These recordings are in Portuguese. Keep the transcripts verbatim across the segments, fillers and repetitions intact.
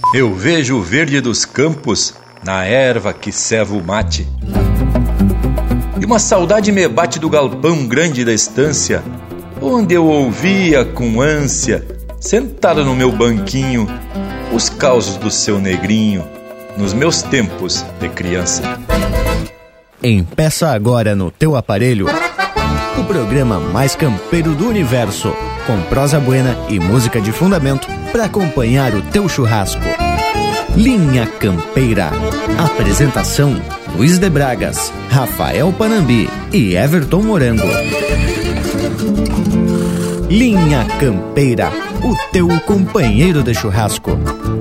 Eu vejo o verde dos campos na erva que ceva o mate. E uma saudade me bate do galpão grande da estância, onde eu ouvia com ânsia, sentado no meu banquinho, os causos do seu negrinho, nos meus tempos de criança. Empeça agora no teu aparelho o programa mais campeiro do universo, com prosa buena e música de fundamento para acompanhar o teu churrasco. Linha Campeira. Apresentação: Luiz de Bragas, Rafael Panambi e Everton Morango. Linha Campeira, o teu companheiro de churrasco.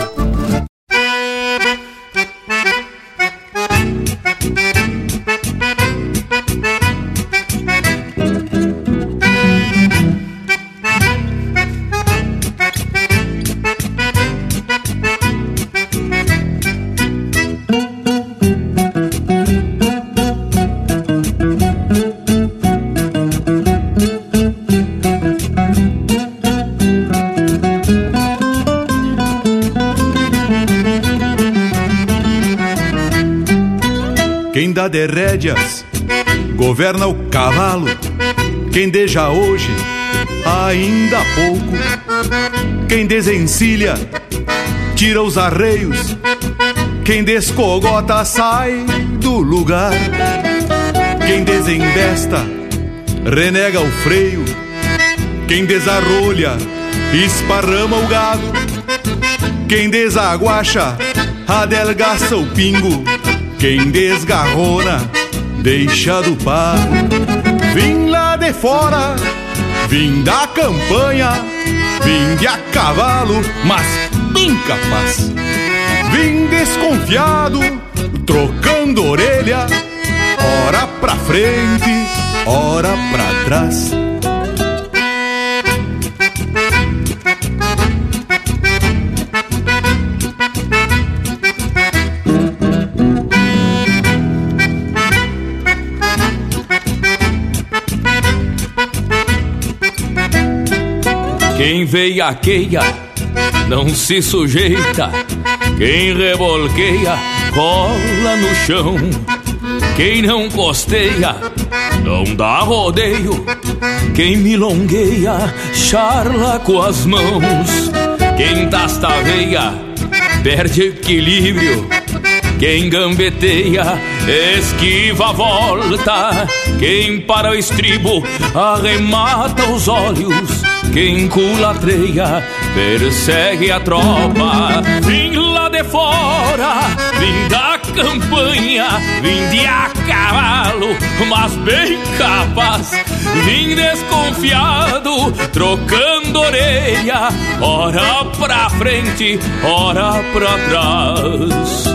Quem dá de rédeas governa o cavalo. Quem deja hoje, ainda há pouco. Quem desencilha, tira os arreios. Quem descogota, sai do lugar. Quem desembesta, renega o freio. Quem desarrolha, esparrama o gado. Quem desaguacha, adelgaça o pingo. Quem desgarrona, deixa do pago. Vim lá de fora, vim da campanha, vim de a cavalo, mas bem capaz. Vim desconfiado, trocando orelha, ora pra frente, ora pra trás. Quem veiaqueia não se sujeita, quem rebolqueia rola no chão. Quem não costeia não dá rodeio, quem milongueia charla com as mãos. Quem tastaveia perde equilíbrio, quem gambeteia esquiva a volta. Quem para o estribo arremata os olhos, quem culatreia persegue a tropa. Vim lá de fora, vim da campanha, vim de a cavalo, mas bem capaz. Vim desconfiado, trocando orelha, ora pra frente, ora pra trás.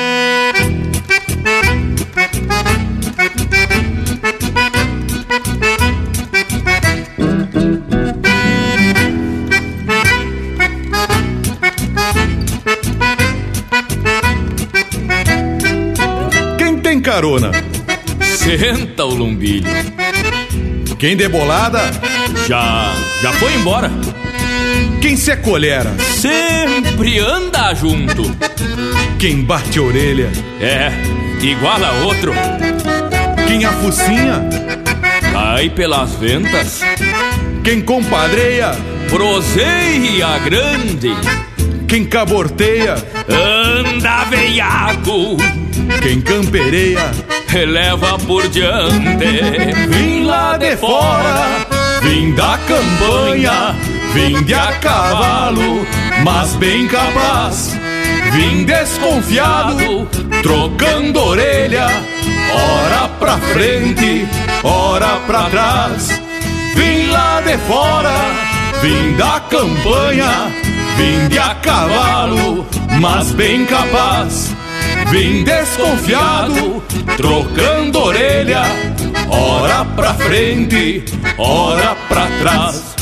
Carona, senta o lumbilho. Quem debolada, já, já foi embora. Quem se acolhera, sempre anda junto. Quem bate a orelha, é, igual a outro. Quem afocinha, cai pelas ventas. Quem compadreia, proseia grande. Quem caborteia, anda veiaco. Quem campereia, leva por diante. Vim lá de fora, vim da campanha, vim de a cavalo, mas bem capaz. Vim desconfiado, trocando orelha, ora pra frente, ora pra trás. Vim lá de fora, vim da campanha, vim de a cavalo, mas bem capaz. Vim desconfiado, trocando orelha, ora pra frente, ora pra trás.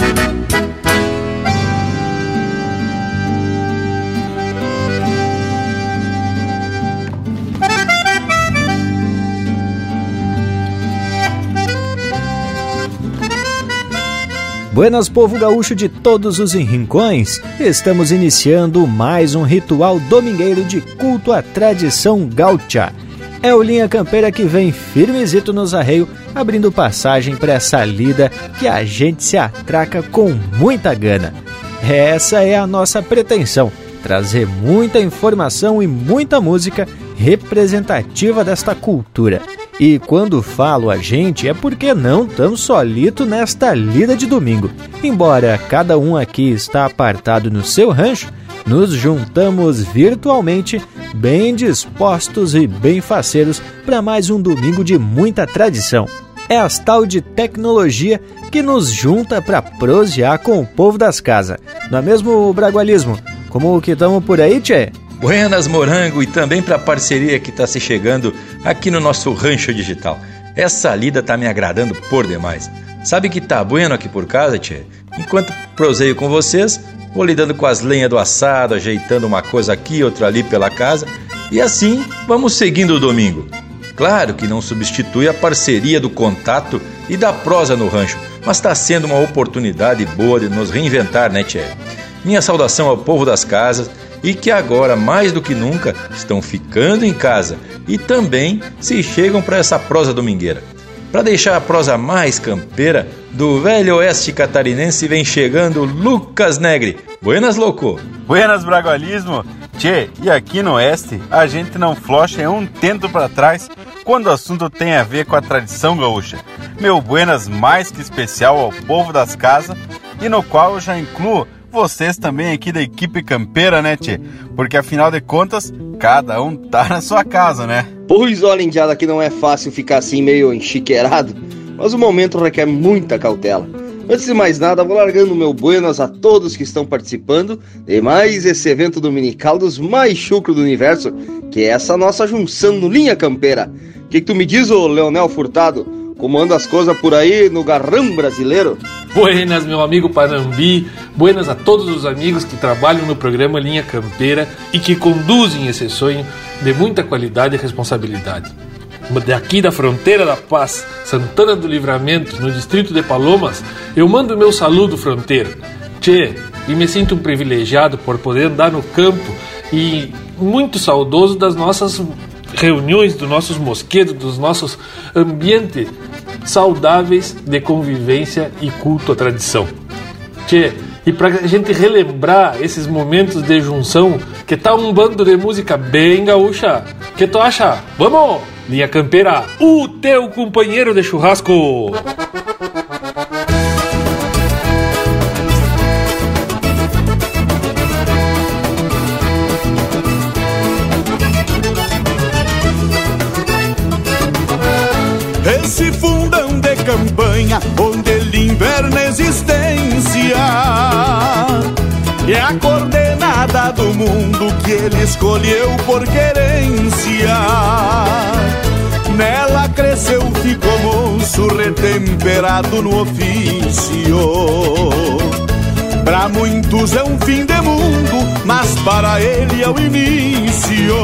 Buenas, povo gaúcho de todos os rincões. Estamos iniciando mais um ritual domingueiro de culto à tradição gaúcha. É o Linha Campeira que vem firmezito nos arreios, abrindo passagem para essa lida que a gente se atraca com muita gana. Essa é a nossa pretensão, trazer muita informação e muita música representativa desta cultura. E quando falo a gente é porque não tão solito nesta lida de domingo. Embora cada um aqui está apartado no seu rancho, nos juntamos virtualmente, bem dispostos e bem faceiros para mais um domingo de muita tradição. É a tal de tecnologia que nos junta para prosear com o povo das casas. Não é mesmo, Bragualismo? Como que estamos por aí, tchê? Buenas, Morango, e também para a parceria que está se chegando aqui no nosso Rancho Digital. Essa lida tá me agradando por demais. Sabe que tá bueno aqui por casa, tchê? Enquanto proseio com vocês, vou lidando com as lenhas do assado, ajeitando uma coisa aqui, outra ali pela casa, e assim vamos seguindo o domingo. Claro que não substitui a parceria do contato e da prosa no rancho, mas está sendo uma oportunidade boa de nos reinventar, né, tchê? Minha saudação ao povo das casas e que agora, mais do que nunca, estão ficando em casa e também se chegam para essa prosa domingueira. Para deixar a prosa mais campeira, do velho oeste catarinense vem chegando Lucas Negre. Buenas, louco! Buenas, Bragualismo! Tchê, e aqui no oeste, a gente não flocha em um tento para trás quando o assunto tem a ver com a tradição gaúcha. Meu buenas mais que especial ao povo das casas e no qual eu já incluo vocês também aqui da equipe campeira, né, tchê? Porque afinal de contas, cada um tá na sua casa, né? Pois olha, indiada, que não é fácil ficar assim meio enxiqueirado, mas o momento requer muita cautela. Antes de mais nada, vou largando meu buenas a todos que estão participando de mais esse evento dominical dos mais chucros do universo, que é essa nossa junção no Linha Campeira. O que, que tu me diz, ô Leonel Furtado? Como anda as coisas por aí no garrão brasileiro? Buenas, meu amigo Panambi. Buenas a todos os amigos que trabalham no programa Linha Campeira e que conduzem esse sonho de muita qualidade e responsabilidade. Daqui da fronteira da Paz, Santana do Livramento, no distrito de Palomas, eu mando meu saludo fronteiro. Tchê, e me sinto um privilegiado por poder andar no campo e muito saudoso das nossas reuniões, dos nossos mosquedos, dos nossos ambientes saudáveis de convivência e culto à tradição. Tchê, e pra gente relembrar esses momentos de junção, que tá um bando de música bem gaúcha, que tu acha? Vamos! Linha Campeira, o teu companheiro de churrasco! Esse fundão de campanha onde ele inverna existência é a coordenada do mundo que ele escolheu por querência. Nela cresceu, ficou moço, retemperado no ofício. Pra muitos é um fim de mundo, mas para ele é o início.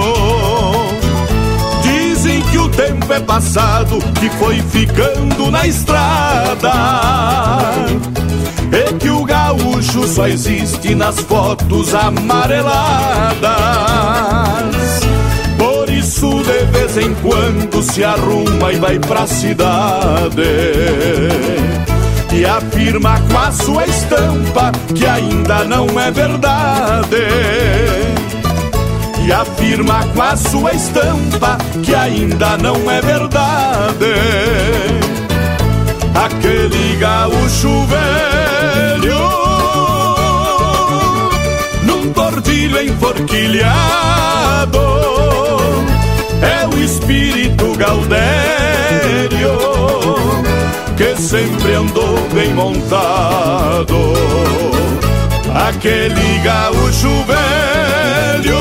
Dizem que o tempo é passado, que foi ficando na estrada, e que o gaúcho só existe nas fotos amareladas. Por isso de vez em quando se arruma e vai pra cidade e afirma com a sua estampa que ainda não é verdade. E afirma com a sua estampa que ainda não é verdade. Aquele gaúcho velho num tordilho enforquilhado é o espírito gaudério que sempre andou bem montado. Aquele gaúcho velho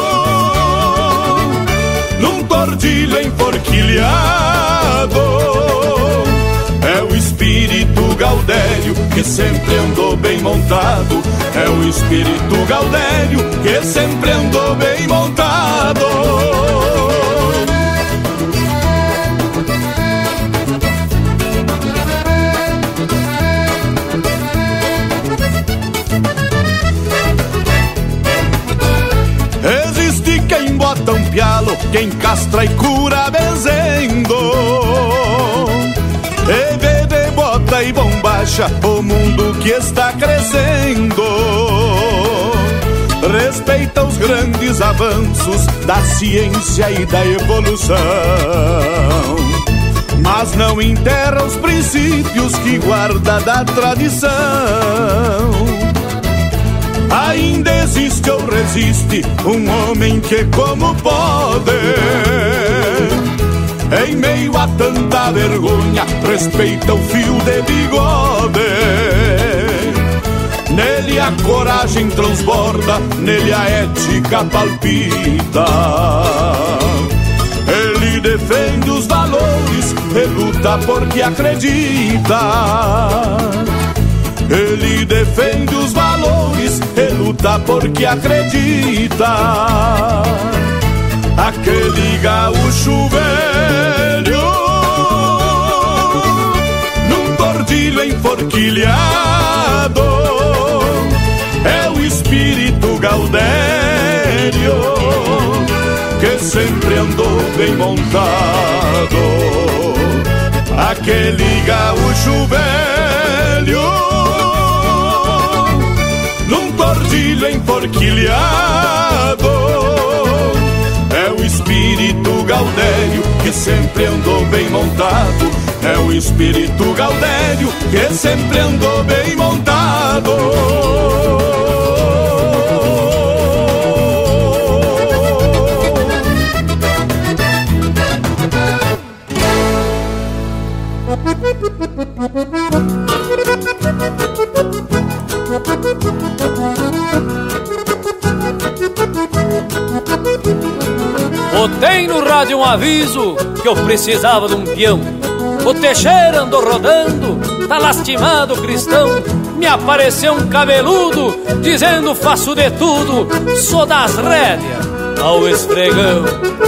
num tordilho enforquilhado é o espírito gaudério que sempre andou bem montado. É o espírito gaudério que sempre andou bem montado. quem castra e cura benzendo. E bebe, bota e bombacha o mundo que está crescendo. Respeita os grandes avanços da ciência e da evolução, mas não enterra os princípios que guarda da tradição. Ainda existe ou resiste um homem que, como pode, em meio a tanta vergonha, respeita o fio de bigode. Nele a coragem transborda, nele a ética palpita. Ele defende os valores e luta porque acredita. Ele defende os valores e luta porque acredita. Aquele gaúcho velho, num tordilho enforquilhado, é o espírito gaudério que sempre andou bem montado. Aquele gaúcho velho, num tordilho enforquilhado, é o espírito gaudério que sempre andou bem montado. É o espírito gaudério que sempre andou bem montado. Botei no rádio um aviso que eu precisava de um peão. O Teixeira andou rodando, tá lastimado cristão. Me apareceu um cabeludo dizendo faço de tudo, sou das rédeas ao esfregão.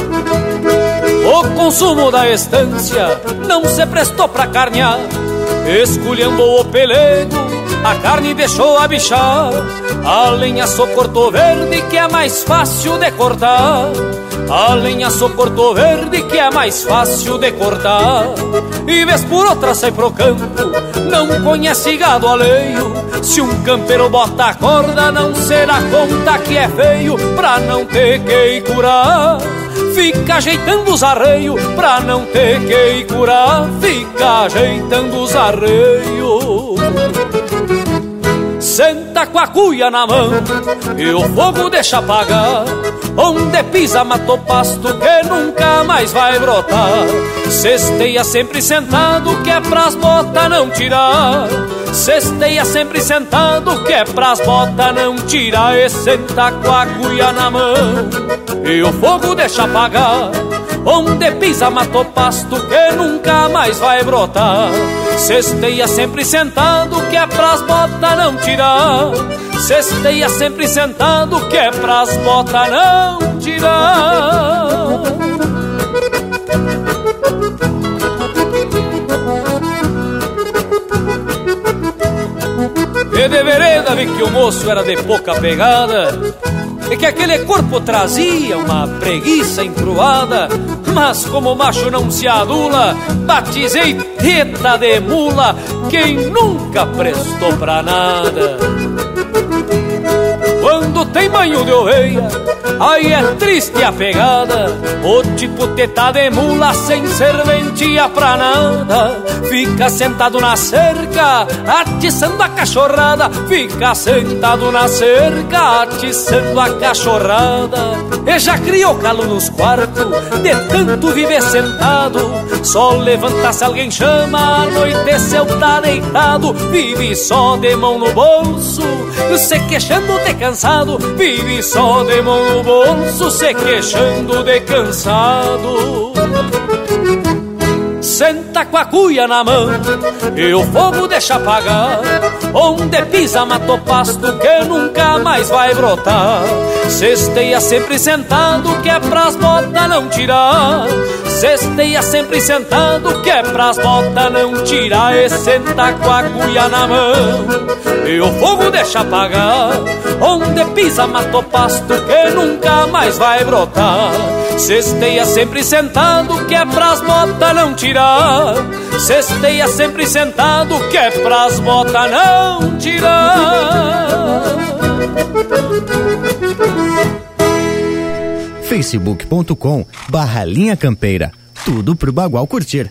O consumo da estância não se prestou pra carnear, esculhambou o pelego, a carne deixou a bichar. A lenha só cortou verde que é mais fácil de cortar. A lenha só cortou verde que é mais fácil de cortar. E vez por outra sai pro campo, não conhece gado alheio. Se um campeiro bota a corda, não se dá conta que é feio, pra não ter que ir curar. Fica ajeitando os arreios, pra não ter que ir curar. Fica ajeitando os arreios. Senta com a cuia na mão e o fogo deixa apagar. Onde pisa matou pasto que nunca mais vai brotar. Cesteia sempre sentado que é pras botas não tirar. Cesteia sempre sentado que é pras botas não tirar. E senta com a cuia na mão e o fogo deixa apagar. Onde pisa matou pasto que nunca mais vai brotar. Cesteia sempre sentado que é pras botas não tirar. Cesteia sempre sentado que é pras botas não tirar. E de vereda vi que o moço era de pouca pegada e que aquele corpo trazia uma preguiça encruada. Mas como o macho não se adula, batizei teta de mula, quem nunca prestou pra nada. Quando tem banho de oveia, aí é triste a pegada. O tipo teta de mula sem serventia pra nada. Fica sentado na cerca, atiçando a cachorrada. Fica sentado na cerca, atiçando a cachorrada. E já criou calo nos quartos, de tanto viver sentado. Só levanta se alguém chama, anoiteceu tá deitado. Vive só de mão no bolso, se queixando de cansado. Vive só de mão no bolso, se queixando de cansado. Senta com a cuia na mão e o fogo deixa apagar. Onde pisa matou pasto que nunca mais vai brotar. Cesteia sempre sentado que é pras botas não tirar. Cesteia sempre sentado que é pras botas não tirar. E senta com a cuia na mão e o fogo deixa apagar. Onde pisa matou pasto que nunca mais vai brotar. Cesteia sempre sentado, que é pras botas não tirar. Cesteia sempre sentado, que é pras botas não tirar. facebook ponto com barra Linha Campeira. Tudo pro bagual curtir.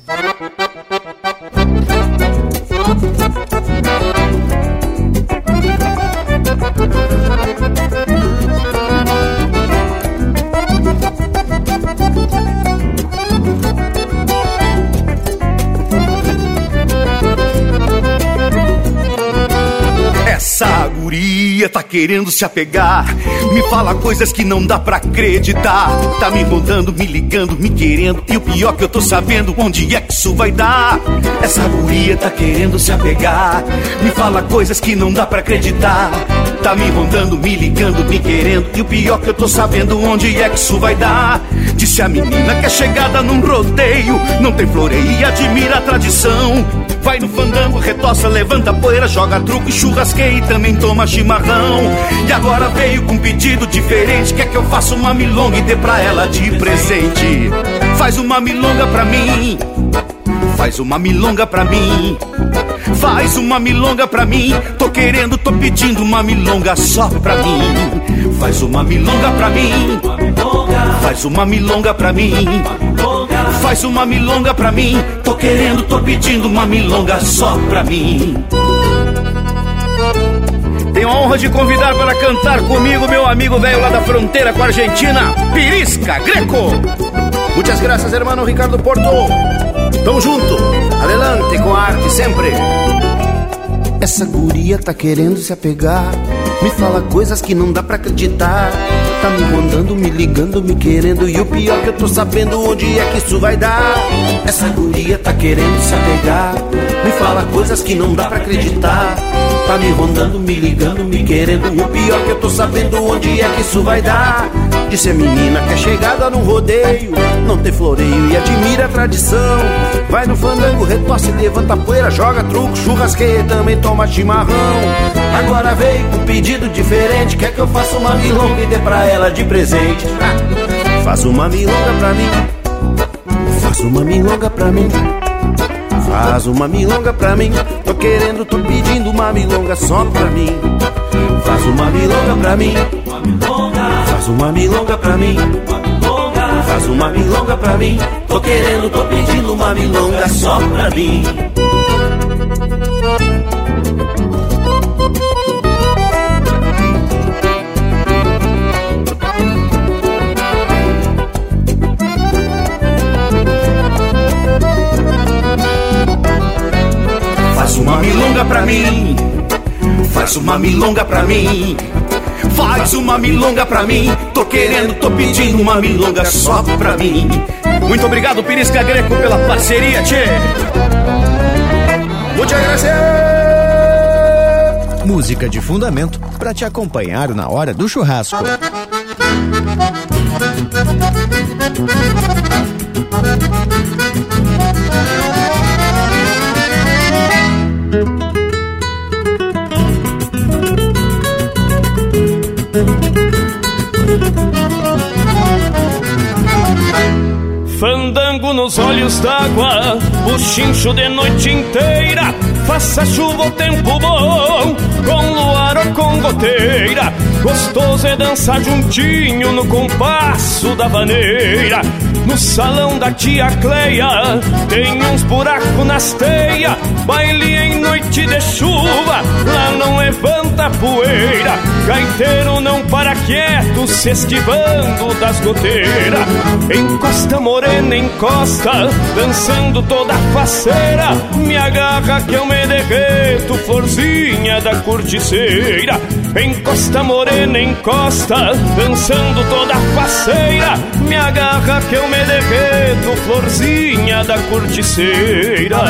Essa guria tá querendo se apegar, me fala coisas que não dá pra acreditar. Tá me rondando, me ligando, me querendo, e o pior que eu tô sabendo onde é que isso vai dar. Essa guria tá querendo se apegar, me fala coisas que não dá pra acreditar. Tá me rondando, me ligando, me querendo, e o pior que eu tô sabendo onde é que isso vai dar. Disse a menina que é chegada num rodeio, não tem floreio e admira a tradição. Vai no fandango, retoça, levanta poeira, joga truco e churrasqueia e também toma chimarrão. E agora veio com um pedido diferente, quer que eu faça uma milonga e dê pra ela de presente. Faz uma milonga pra mim, faz uma milonga pra mim, faz uma milonga pra mim. Tô querendo, tô pedindo uma milonga só pra mim. Faz uma milonga pra mim, faz uma milonga pra mim, faz uma milonga pra mim. Tô querendo, tô pedindo uma milonga só pra mim. Tenho a honra de convidar para cantar comigo meu amigo velho lá da fronteira com a Argentina, Pirisca Greco. Muitas graças, hermano Ricardo Porto. Tamo junto, adelante com a arte sempre. Essa guria tá querendo se apegar, me fala coisas que não dá pra acreditar. Tá me rondando, me ligando, me querendo, e o pior que eu tô sabendo onde é que isso vai dar. Essa guria tá querendo se apegar, me fala coisas que não dá pra acreditar. Tá me rondando, me ligando, me querendo, e o pior que eu tô sabendo onde é que isso vai dar. Disse a menina que é chegada num rodeio, não tem floreio e admira a tradição. Vai no fandango, retoça e levanta poeira, joga truco, churrasqueia e também toma chimarrão. Agora veio com um pedido diferente, quer que eu faça uma milonga e dê pra ela de presente. Faz uma milonga pra mim, faz uma milonga pra mim, faz uma milonga pra mim. Tô querendo, tô pedindo uma milonga só pra mim. Faz uma milonga pra mim, faz uma milonga pra mim, faz uma milonga pra mim. Tô querendo, tô pedindo uma milonga só pra mim. Faz uma milonga pra mim, faz uma milonga pra mim, faz uma milonga pra mim. Tô querendo, tô pedindo uma milonga só pra mim. Muito obrigado, Pirisca Greco, pela parceria, tchê. Vou te agradecer. Música de fundamento pra te acompanhar na hora do churrasco. Fandango nos olhos d'água, buchincho de noite inteira. Faça chuva ou tempo bom, com luar ou com goteira. Gostoso é dançar juntinho no compasso da vaneira. No salão da tia Cleia tem uns buracos nas teias. Baile em noite de chuva, lá não levanta poeira. Gaiteiro não para quieto, se esquivando das goteiras. Encosta morena, encosta, dançando toda faceira. Me agarra que eu me derreto, florzinha da corticeira. Encosta morena, encosta, dançando toda faceira. Me agarra que eu me derreto, florzinha da corticeira.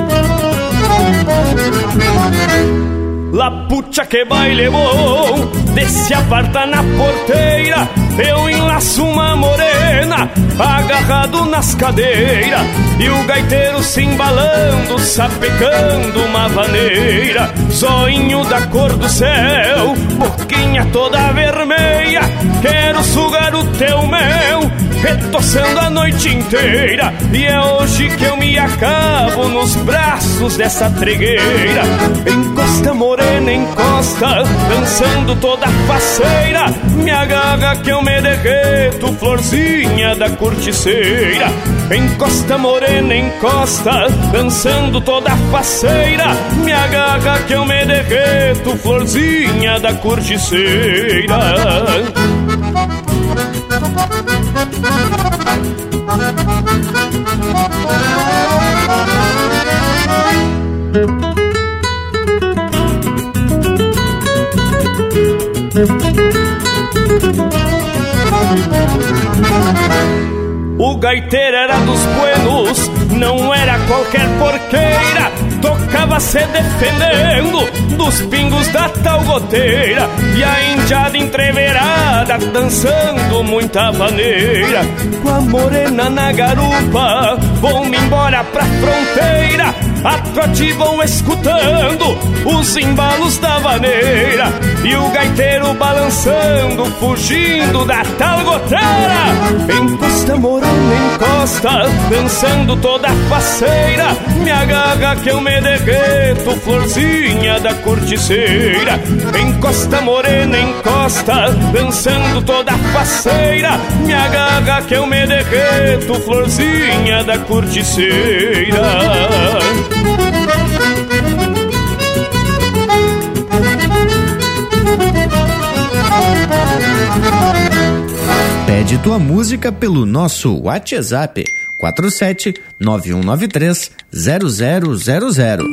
La pucha que baile bom, Desce a porta na porteira, eu enlaço uma morena, agarrado nas cadeiras, e o gaiteiro se embalando, sapecando uma vaneira. Zoinho da cor do céu, boquinha toda vermelha, quero sugar o teu mel, retoçando a noite inteira. E é hoje que eu me acabo nos braços dessa tregueira. Encosta morena, encosta, dançando toda faceira, me agarra que eu me derreto, florzinha da corticeira. Encosta morena, encosta, dançando toda faceira, me agarra que eu me derreto, florzinha da corticeira. O gaiteiro era dos buenos, não era qualquer porqueira, tocava se defendendo dos pingos da tal goteira, e a indiada entreverada dançando muita vaneira. Com a morena na garupa, vou-me embora pra fronteira, a trote vão escutando os embalos da vaneira, e o gaiteiro balançando, fugindo da tal goteira. Encosta morena, encosta, dançando toda faceira, me agarra que eu me derreto, florzinha da corticeira. Encosta morena, encosta, dançando toda faceira, me agarra que eu me derreto, florzinha da corticeira. Pede tua música pelo nosso WhatsApp quatro sete nove um nove três zero zero zero zero.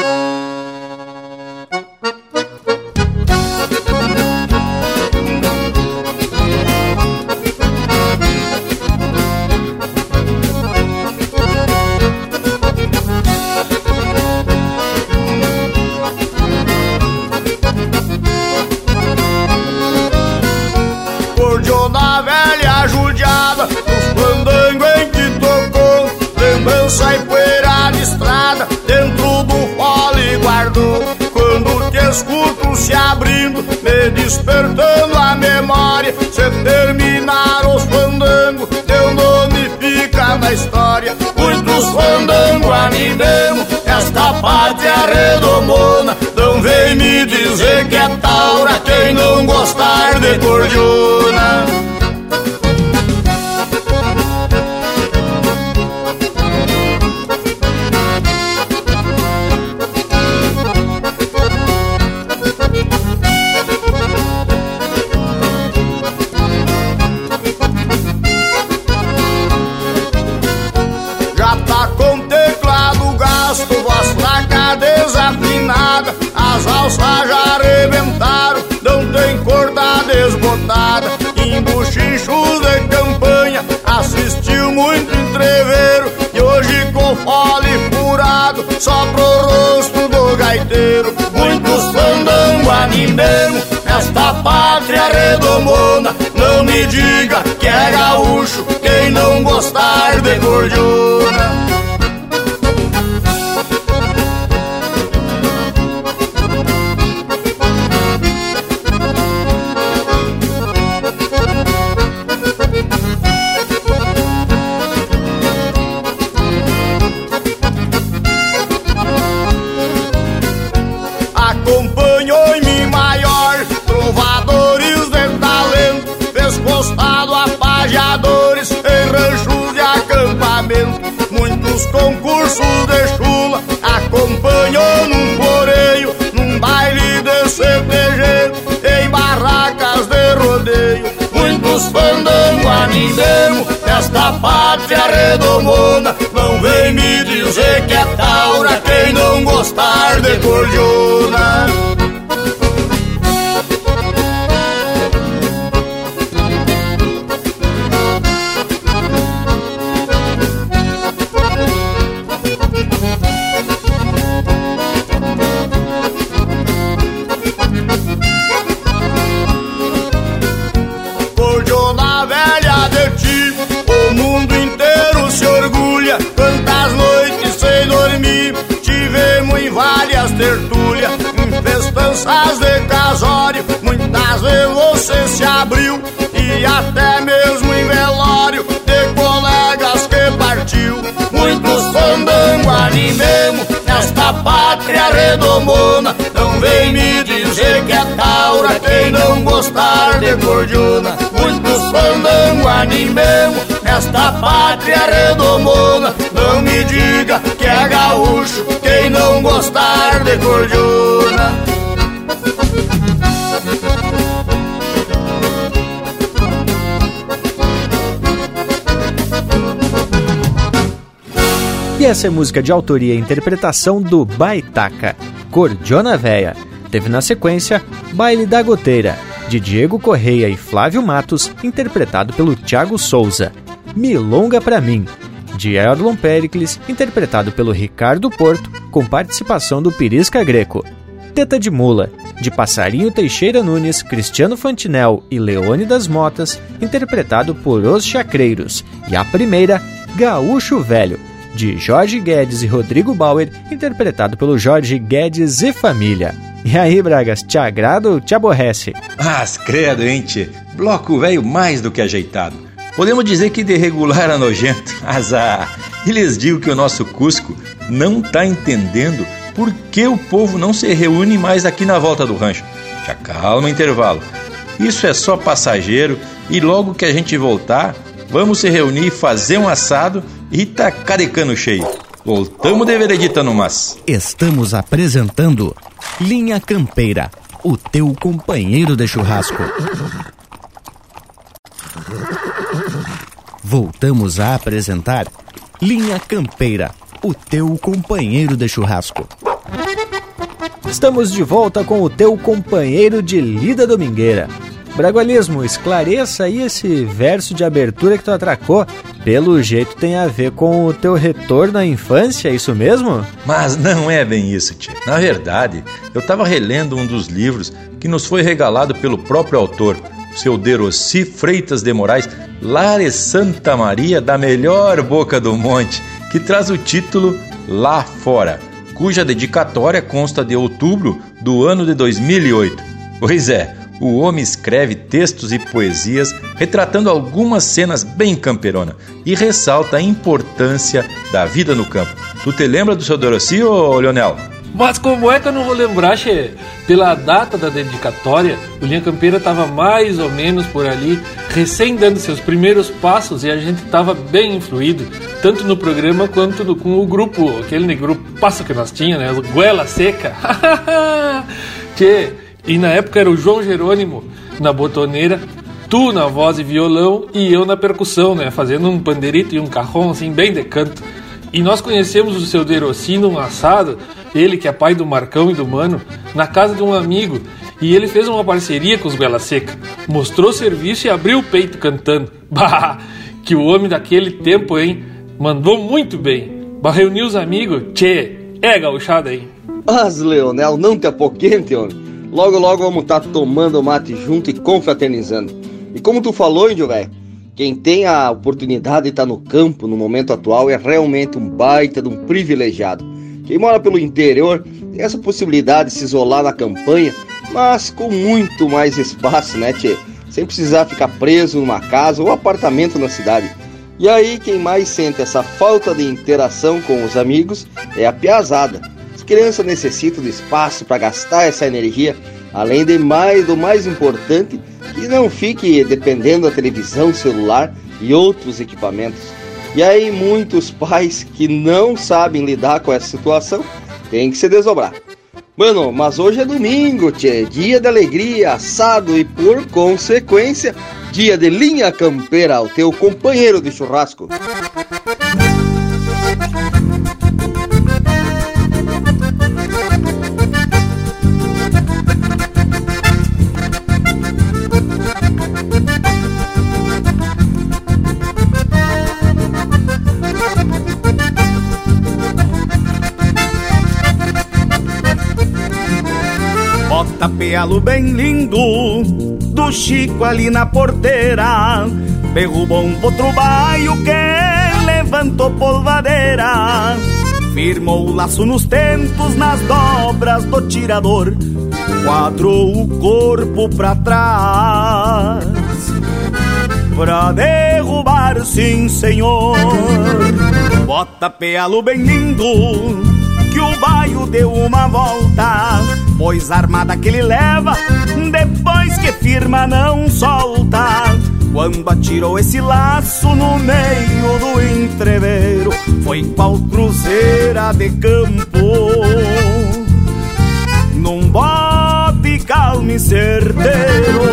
Escuto se abrindo, me despertando a memória. Se terminar os fandangos, teu nome fica na história. Muitos fandangos animemos esta pátria redomona. Não vem me dizer que é taura quem não gostar de cordiona. As alças já arrebentaram, não tem corda desbotada. Em buchinchos de campanha assistiu muito entreveiro, e hoje com fole furado só pro rosto do gaiteiro. Muitos fandangos animemos esta pátria redomona. Não me diga que é gaúcho quem não gostar de cordiona. Muitos concursos de chula acompanhou num floreio, num baile de cervejeiro, em barracas de rodeio. Muitos fandangos animemos esta pátria redomona. Não vem me dizer que é taura quem não gostar de cordiona. em várias tertúlias, em festanças de casório, muitas vezes você se abriu, e até mesmo em velório de colegas que partiu. Muitos fandango animemos nesta pátria redomona, não vem me dizer que é taura quem não gostar de cordiona. Muitos fandango animemos nesta pátria redomona, não me diga que é gaúcho quem não gostar de cordiona. E essa é música de autoria e interpretação do Baitaca, Cordiona Véia. Teve na sequência Baile da Goteira, de Diego Correia e Flávio Matos, interpretado pelo Thiago Souza. Milonga Pra Mim, de Erlon Pericles, interpretado pelo Ricardo Porto, com participação do Pirisca Greco. Teta de Mula, de Passarinho Teixeira Nunes, Cristiano Fantinel e Leônidas Motas, interpretado por Os Chacreiros. E a primeira, Gaúcho Velho, de Jorge Guedes e Rodrigo Bauer, interpretado pelo Jorge Guedes e Família. E aí, Bragas, te agrada ou te aborrece? Ah, credo, hein, tchê? Bloco velho mais do que ajeitado. Podemos dizer que de regular a nojento. Azar. E lhes digo que o nosso Cusco não tá entendendo por que o povo não se reúne mais aqui na volta do rancho. Já calma, intervalo. Isso é só passageiro e logo que a gente voltar, vamos se reunir, fazer um assado e tacar de cano cheio. Voltamos de veredita no mas. Estamos apresentando Linha Campeira, o teu companheiro de churrasco. Voltamos a apresentar Linha Campeira, o teu companheiro de churrasco. Estamos de volta com o teu companheiro de lida domingueira. Bragualismo, esclareça aí esse verso de abertura que tu atracou. Pelo jeito tem a ver com o teu retorno à infância, é isso mesmo? Mas não é bem isso, tia. Na verdade, eu estava relendo um dos livros que nos foi regalado pelo próprio autor, o seu Deroci Freitas de Moraes, lá de Santa Maria, da melhor boca do monte, que traz o título Lá Fora, cuja dedicatória consta de outubro do ano de dois mil e oito. Pois é, o homem escreve textos e poesias retratando algumas cenas bem camperona e ressalta a importância da vida no campo. Tu te lembra do seu Deroci, ô Leonel? Mas como é que eu não vou lembrar, che? Pela data da dedicatória, o Linha Campeira estava mais ou menos por ali, recém dando seus primeiros passos, e a gente estava bem influído, tanto no programa quanto no, com o grupo, aquele grupo passo que nós tínhamos, né? O Goela Seca. Che, e na época era o João Jerônimo na botoneira, tu na voz e violão e eu na percussão, né? Fazendo um pandeirito e um cajón assim, bem de canto. E nós conhecemos o seu Deroci num assado, ele que é pai do Marcão e do Mano, na casa de um amigo. E ele fez uma parceria com os Goela Seca, mostrou serviço e abriu o peito cantando. Bah, que o homem daquele tempo, hein? Mandou muito bem. Bah, reuniu os amigos, tchê, é gauchada aí. Mas, Leonel, não te apoquente, homem. Logo, logo vamos estar tomando mate junto e confraternizando. E como tu falou, índio velho, quem tem a oportunidade de estar no campo no momento atual é realmente um baita de um privilegiado. Quem mora pelo interior tem essa possibilidade de se isolar na campanha, mas com muito mais espaço, né, tchê? Sem precisar ficar preso numa casa ou apartamento na cidade. E aí quem mais sente essa falta de interação com os amigos é a piazada. As crianças necessitam de espaço para gastar essa energia, além de mais do mais importante, que não fique dependendo da televisão, celular e outros equipamentos. E aí muitos pais que não sabem lidar com essa situação têm que se desdobrar. Mano, mas hoje é domingo, tchê, dia de alegria, assado e por consequência, dia de Linha Campeira, o teu companheiro de churrasco. Tapealo bem lindo do Chico ali na porteira, derrubou um potro baio que levantou polvadeira. firmou o laço nos tentos, nas dobras do tirador, quadrou o corpo pra trás, pra derrubar, sim senhor. Bota pealo bem lindo, que o baio deu uma volta, pois a armada que ele leva, depois que firma não solta. Quando atirou esse laço no meio do entreveiro, foi qual cruzeira de campo, num bote calmo e certeiro.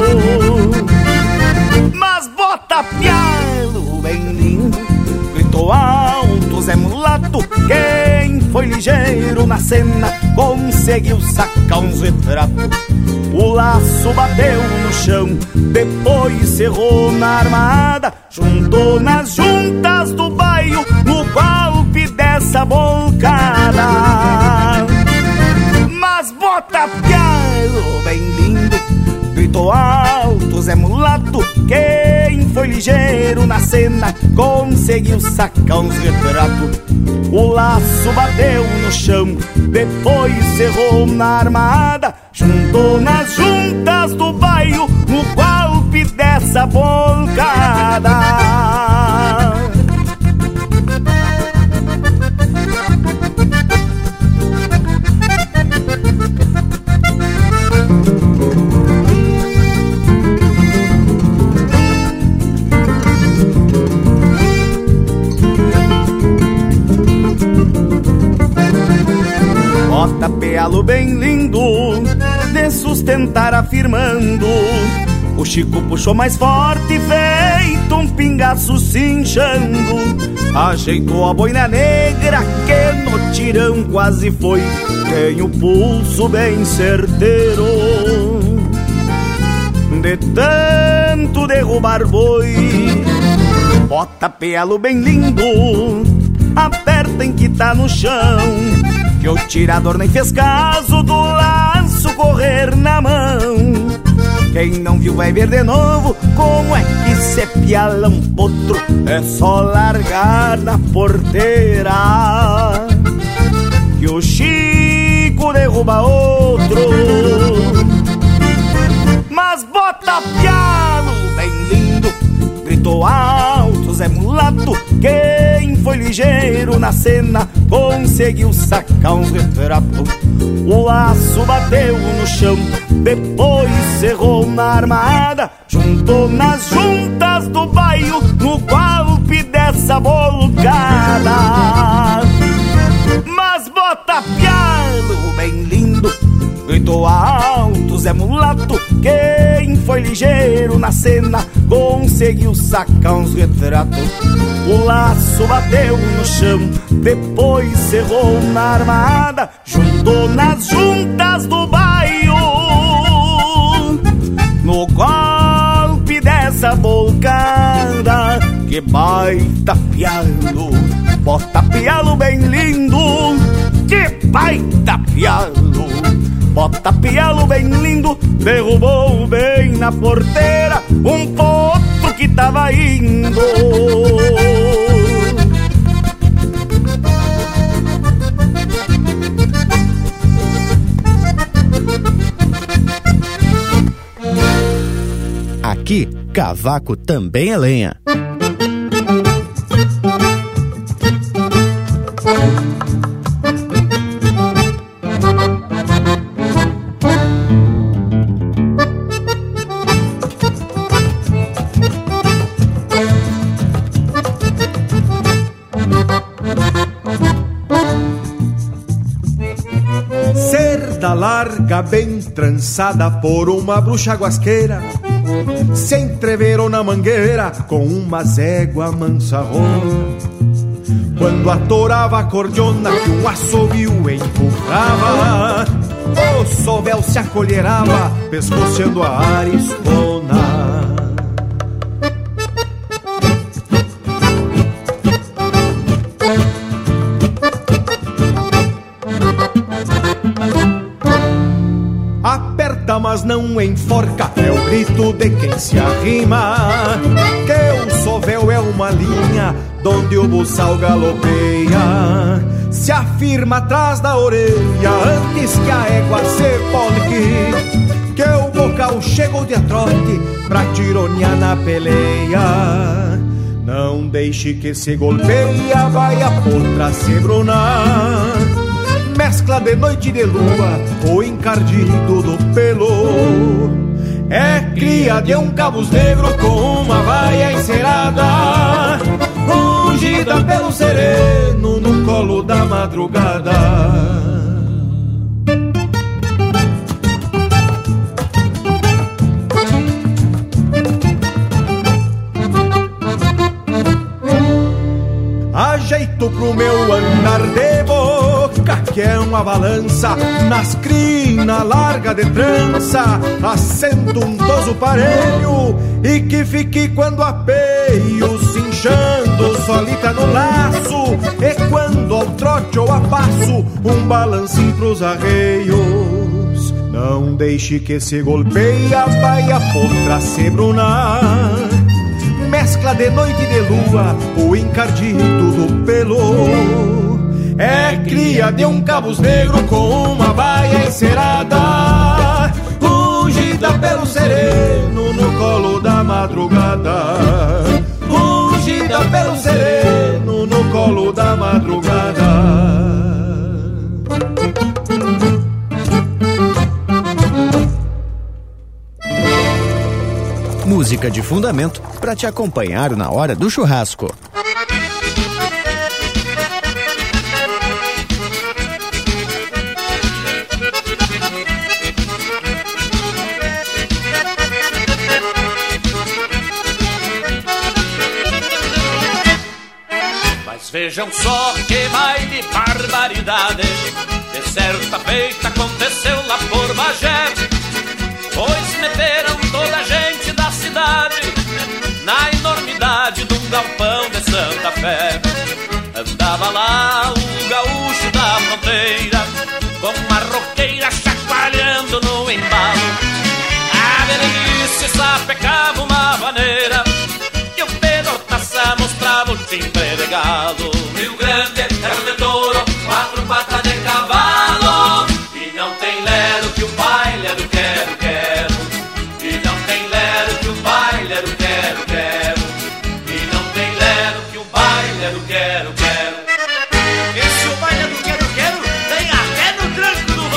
Mas bota pialo bem lindo, gritou alto Zé Mulato. Quem foi ligeiro na cena conseguiu sacar uns retratos. O laço bateu no chão, depois cerrou na armada, juntou nas juntas do baio no golpe dessa bolcada. Mas bota pialo bem lindo, gritou alto Zé Mulato. Quem foi ligeiro na cena conseguiu sacar uns retratos. O laço bateu no chão, depois cerrou na armada, juntou nas juntas do baio no golpe dessa bolcada. Bota pealo bem lindo, de sustentar afirmando. O Chico puxou mais forte, feito um pingaço cinchando. Ajeitou a boina negra, que no tirão quase foi. Tem o pulso bem certeiro, de tanto derrubar boi. Bota pealo bem lindo, aperta em que tá no chão, que o tirador nem fez caso do laço correr na mão. Quem não viu vai ver de novo como é que se piala um potro. É só largar na porteira que o Chico derruba outro. Mas bota pialo bem lindo, gritou alto Zé Mulato. Quem foi ligeiro na cena conseguiu sacar uns retratos. O laço bateu no chão, depois cerrou na armada, juntou nas juntas do baio no golpe dessa bolcada. Mas bota pialo bem lindo, gritou alto Zé Mulato. Quem foi ligeiro na cena conseguiu sacar uns retratos. O laço bateu no chão, depois cerrou na armada, juntou nas juntas do baio no golpe dessa bolcada. Que baita pialo, bota pialo bem lindo. Que baita pialo, bota pialo bem lindo. Derrubou bem na porteira um potro que tava indo. Aqui, cavaco também é lenha. Cerda larga bem trançada por uma bruxa guasqueira, se entreverou na mangueira com uma zégua mansarrona. Quando atorava a cordiona que um assobio empurrava, o sovel se acolherava pescoceando a aristona. Aperta, mas não enforca, é o grito de quem se arrima, que o sovel é uma linha donde o buçal galopeia. se afirma atrás da orelha antes que a égua se polque, que o bocal chegou de trote pra tironear na peleia. Não deixe que se golpeia, vai a potra se brunar. Mescla de noite e de lua, o encardido do pelo. É cria de um cabos negro com uma vaia encerada, ungida pelo sereno no colo da madrugada. Ajeito pro meu andar de boca, que é uma balança nas crina larga de trança, assento um toso parelho e que fique quando apeio, cinchando solita no laço, e quando ao trote ou a passo, um balancinho pros arreios. Não deixe que se golpeia, vai a potra se brunar. Mescla de noite e de lua, o encardido do pelo. É cria de um cabos negro com uma baia encerada, ungida pelo sereno no colo da madrugada. Ungida pelo sereno no colo da madrugada. Música de fundamento para te acompanhar na hora do churrasco. Mas vejam só que baile barbaridade, de certa feita aconteceu lá por Bagé, pois meteram toda a gente da cidade na enormidade de um galpão de Santa Fé. Andava lá o gaúcho da fronteira, com uma roqueira chacoalhando no embalo. A Berenice sapecava uma vaneira e o Pedro Taça mostrava o timbre de galo. Rio Grande era um de touro, quatro patas de cavalo, e não tem lero que o baile é do quero, quero. E não tem lero que o baile é do quero, quero. E não tem lero que o baile é do quero, quero. Esse o baile é do quero, quero, tem até no tranco do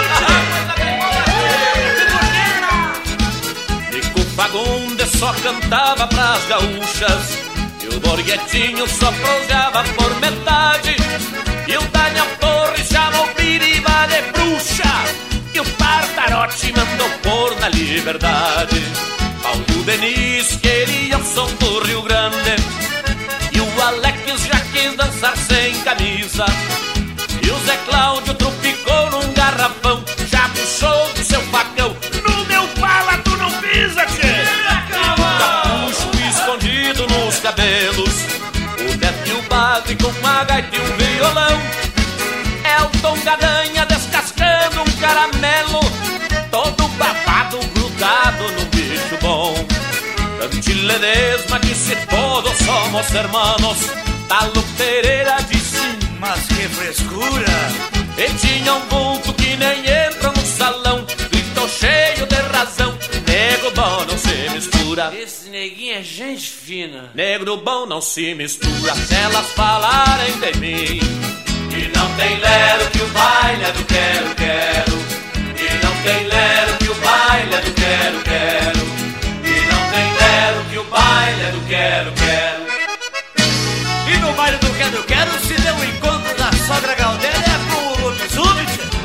vaneirão. Nico Fagundes só cantava pras gaúchas, e o Borghetinho só prosava por metade, e o Daniel Torres chamou Piriba de bruxa, e o Tartarote mandou pôr na liberdade. Paulo Denis queria o som do Rio Grande, e o Alex já quis dançar sem camisa, e o Zé Cláudio trupicou num garrafão, já puxou do seu facão. No meu pala tu não pisa, tchê! Capucho escondido nos cabelos, o Beto e o Bagre com uma gaita e um violão, Elton Gadanha descascando um caramelo, todo babado grudado num bicho bom. Cantil Ledesma disse todos somos hermanos, Talo Pereira disse mas que frescura. E tinha um vulto que nem entra no salão, gritou cheio de razão, nego bom não se mistura. Esse neguinho é gente fina. Negro bom não se mistura, se elas falarem de mim. E não tem lero que o baile é do quero, quero. E não tem lero que o baile é do quero, quero. E não tem lero que o baile é do quero, quero. E no baile do quero, quero se deu o encontro da sogra Galdéria com o lobisomem.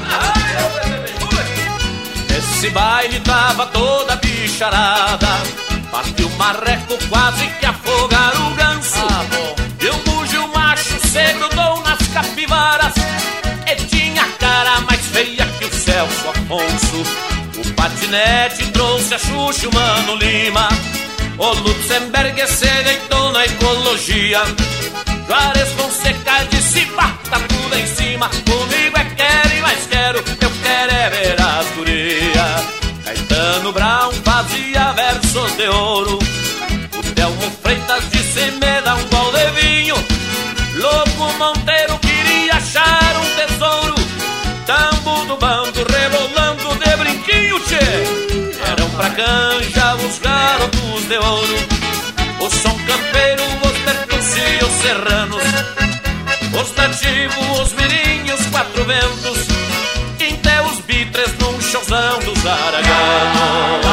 Nesse baile tava toda a bicharada, partiu o marreco quase que afogar o ganso. Ah, bom. E o bugio macho se grudou nas capivaras, e tinha a cara mais feia que o Celso Afonso. O patinete trouxe a Xuxa e o Mano Lima, o Lutzenberg se deitou na ecologia. Juarez Fonseca disse bata tudo em cima, comigo é quero e mais quero, eu quero é ver as gurias. Caetano Brown fazia versos de ouro, o Telmo Freitas disse me dá um gol de vinho, Lobo Monteiro queria chá canja, os garotos de ouro, o som campeiro, os bertus e os serranos, os nativos, os mirinhos, quatro ventos, até os bitres num showzão dos araganos.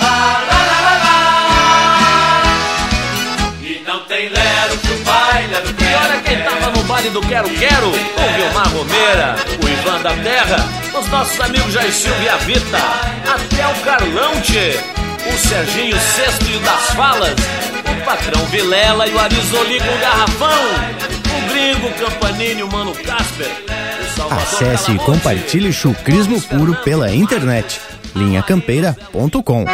E não tem lero que o baile é do quero. E olha quem tava no baile do Quero Quero, o Vilmar Romeira, o Ivan da Terra, os nossos amigos Jair Silva e a Vita, até o Carlão Tchê, o Serginho Sexto e o das Falas, o patrão Vilela e o Arizoli com o Garrafão, o Gringo, o Campanini e o Mano Casper. Acesse e compartilhe chucrismo puro pela internet. linha campeira ponto com.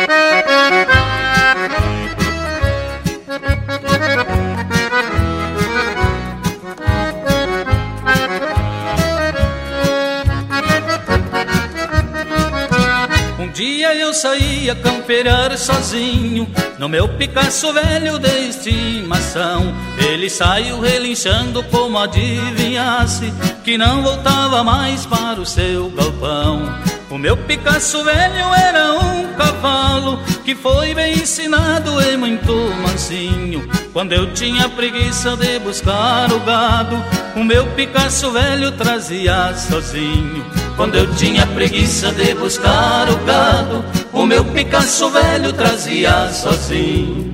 Um dia eu saí a camperar sozinho no meu Picasso velho de estimação. Ele saiu relinchando como adivinhasse que não voltava mais para o seu galpão. O meu Picasso velho era um cavalo que foi bem ensinado e muito mansinho. Quando eu tinha preguiça de buscar o gado, o meu Picasso velho trazia sozinho. Quando eu tinha preguiça de buscar o gado, o meu Picasso velho trazia sozinho.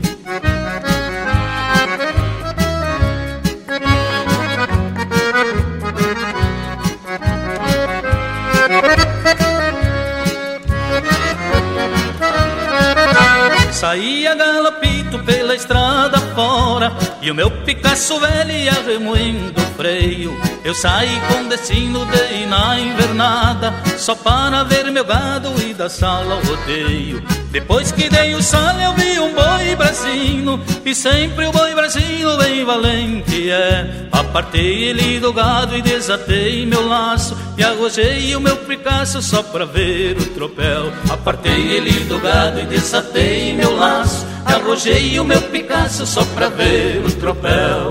Saía galopito pela estrada fora e o meu Picasso velho ia remoendo o freio. Eu saí com destino de ir na invernada só para ver meu gado e dar sala ao rodeio. Depois que dei o sal eu vi um boi brasino, e sempre o boi brasino bem valente é. Apartei ele do gado e desatei meu laço e arrojei o meu Picasso só pra ver o tropel. Apartei ele do gado e desatei meu laço, arrojei o meu Picasso só pra ver o tropel.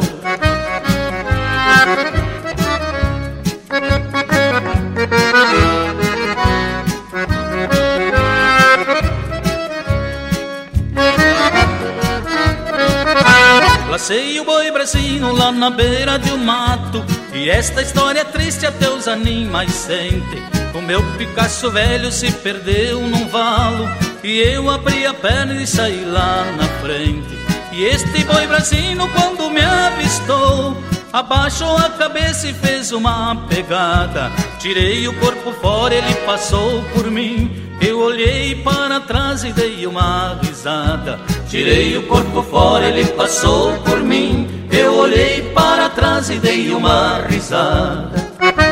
Lacei o boi brasino lá na beira de um mato, e esta história triste até os animais sentem. O meu Picasso velho se perdeu num valo, e eu abri a perna e saí lá na frente. E este boi brasino quando me avistou, abaixou a cabeça e fez uma pegada. Tirei o corpo fora, ele passou por mim. Eu olhei para trás e dei uma risada. Tirei o corpo fora, ele passou por mim. Eu olhei para trás e dei uma risada.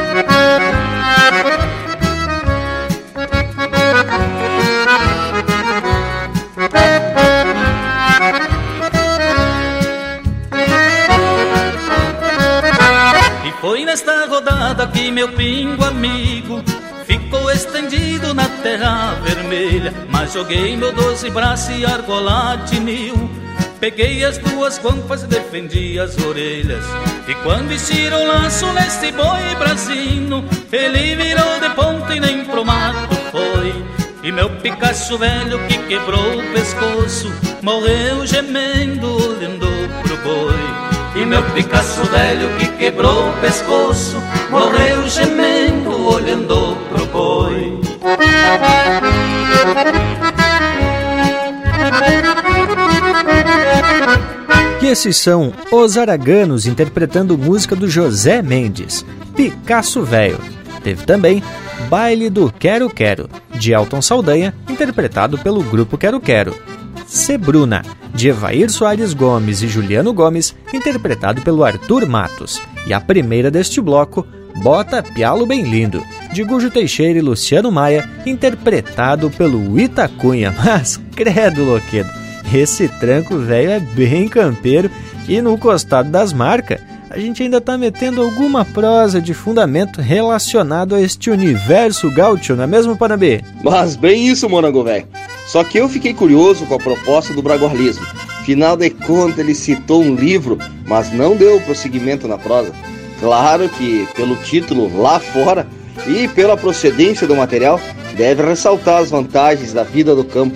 E foi nesta rodada que meu pingo amigo ficou estendido na terra vermelha. Mas joguei meu doze braço e argola de mil, peguei as duas guampas e defendi as orelhas. E quando estirou o laço neste boi brasino, ele virou de ponta e nem pro mato foi. E meu Picasso velho que quebrou o pescoço morreu gemendo olhando pro boi. E meu Picasso velho que quebrou o pescoço morreu gemendo olhando pro boi. E esses são os Araganos interpretando música do José Mendes, Picasso Velho. Teve também Baile do Quero Quero, de Elton Saldanha, interpretado pelo grupo Quero Quero. Sebruna, de Evair Soares Gomes e Juliano Gomes, interpretado pelo Arthur Matos. E a primeira deste bloco, Bota Pialo Bem Lindo, de Gujo Teixeira e Luciano Maia, interpretado pelo Itacunha. Mas, credo, Loquedo, esse tranco velho é bem campeiro, e no costado das marcas, a gente ainda tá metendo alguma prosa de fundamento relacionado a este universo gaúcho, não é mesmo, Panambi? Mas bem isso, Morango velho. Só que eu fiquei curioso com a proposta do bragualismo. Final de contas, ele citou um livro, mas não deu prosseguimento na prosa. Claro que, pelo título Lá Fora e pela procedência do material, deve ressaltar as vantagens da vida do campo.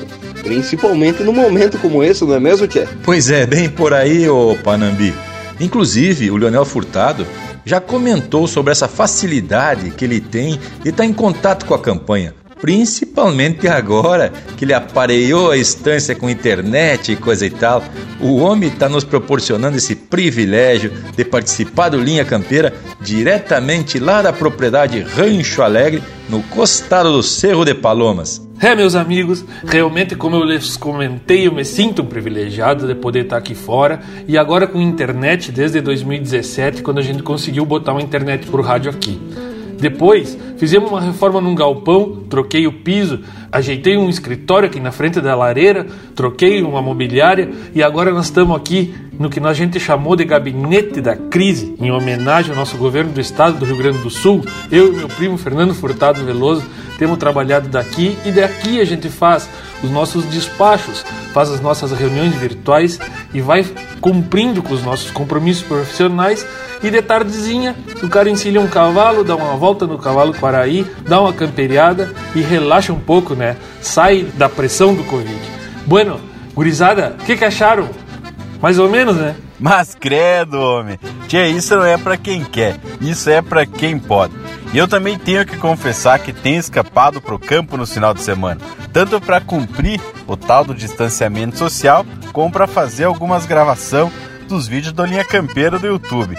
Principalmente no momento como esse, não é mesmo, tchê? Pois é, bem por aí, ô Panambi. Inclusive, o Leonel Furtado já comentou sobre essa facilidade que ele tem de estar em contato com a campanha. Principalmente agora que ele aparelhou a estância com internet e coisa e tal. O homem está nos proporcionando esse privilégio de participar do Linha Campeira diretamente lá da propriedade Rancho Alegre, no costado do Cerro de Palomas. É, meus amigos, realmente, como eu lhes comentei, eu me sinto privilegiado de poder estar aqui fora, e agora com internet desde dois mil e dezessete, quando a gente conseguiu botar uma internet por rádio aqui. Depois, fizemos uma reforma num galpão, troquei o piso, ajeitei um escritório aqui na frente da lareira, troquei uma mobiliária, e agora nós estamos aqui no que a gente chamou de Gabinete da Crise, em homenagem ao nosso governo do estado do Rio Grande do Sul. Eu e meu primo Fernando Furtado Veloso temos trabalhado daqui, e daqui a gente faz os nossos despachos, faz as nossas reuniões virtuais e vai cumprindo com os nossos compromissos profissionais. E de tardezinha, o cara encilha um cavalo, dá uma volta no cavalo Quaraí, dá uma camperiada e relaxa um pouco, né? Sai da pressão do Covid. Bueno, gurizada, o que, que acharam? Mais ou menos, né? Mas credo, homem. Tchê, isso não é pra quem quer, isso é pra quem pode. E eu também tenho que confessar que tenho escapado pro campo no final de semana, tanto para cumprir o tal do distanciamento social, como para fazer algumas gravações dos vídeos do Linha Campeira do YouTube.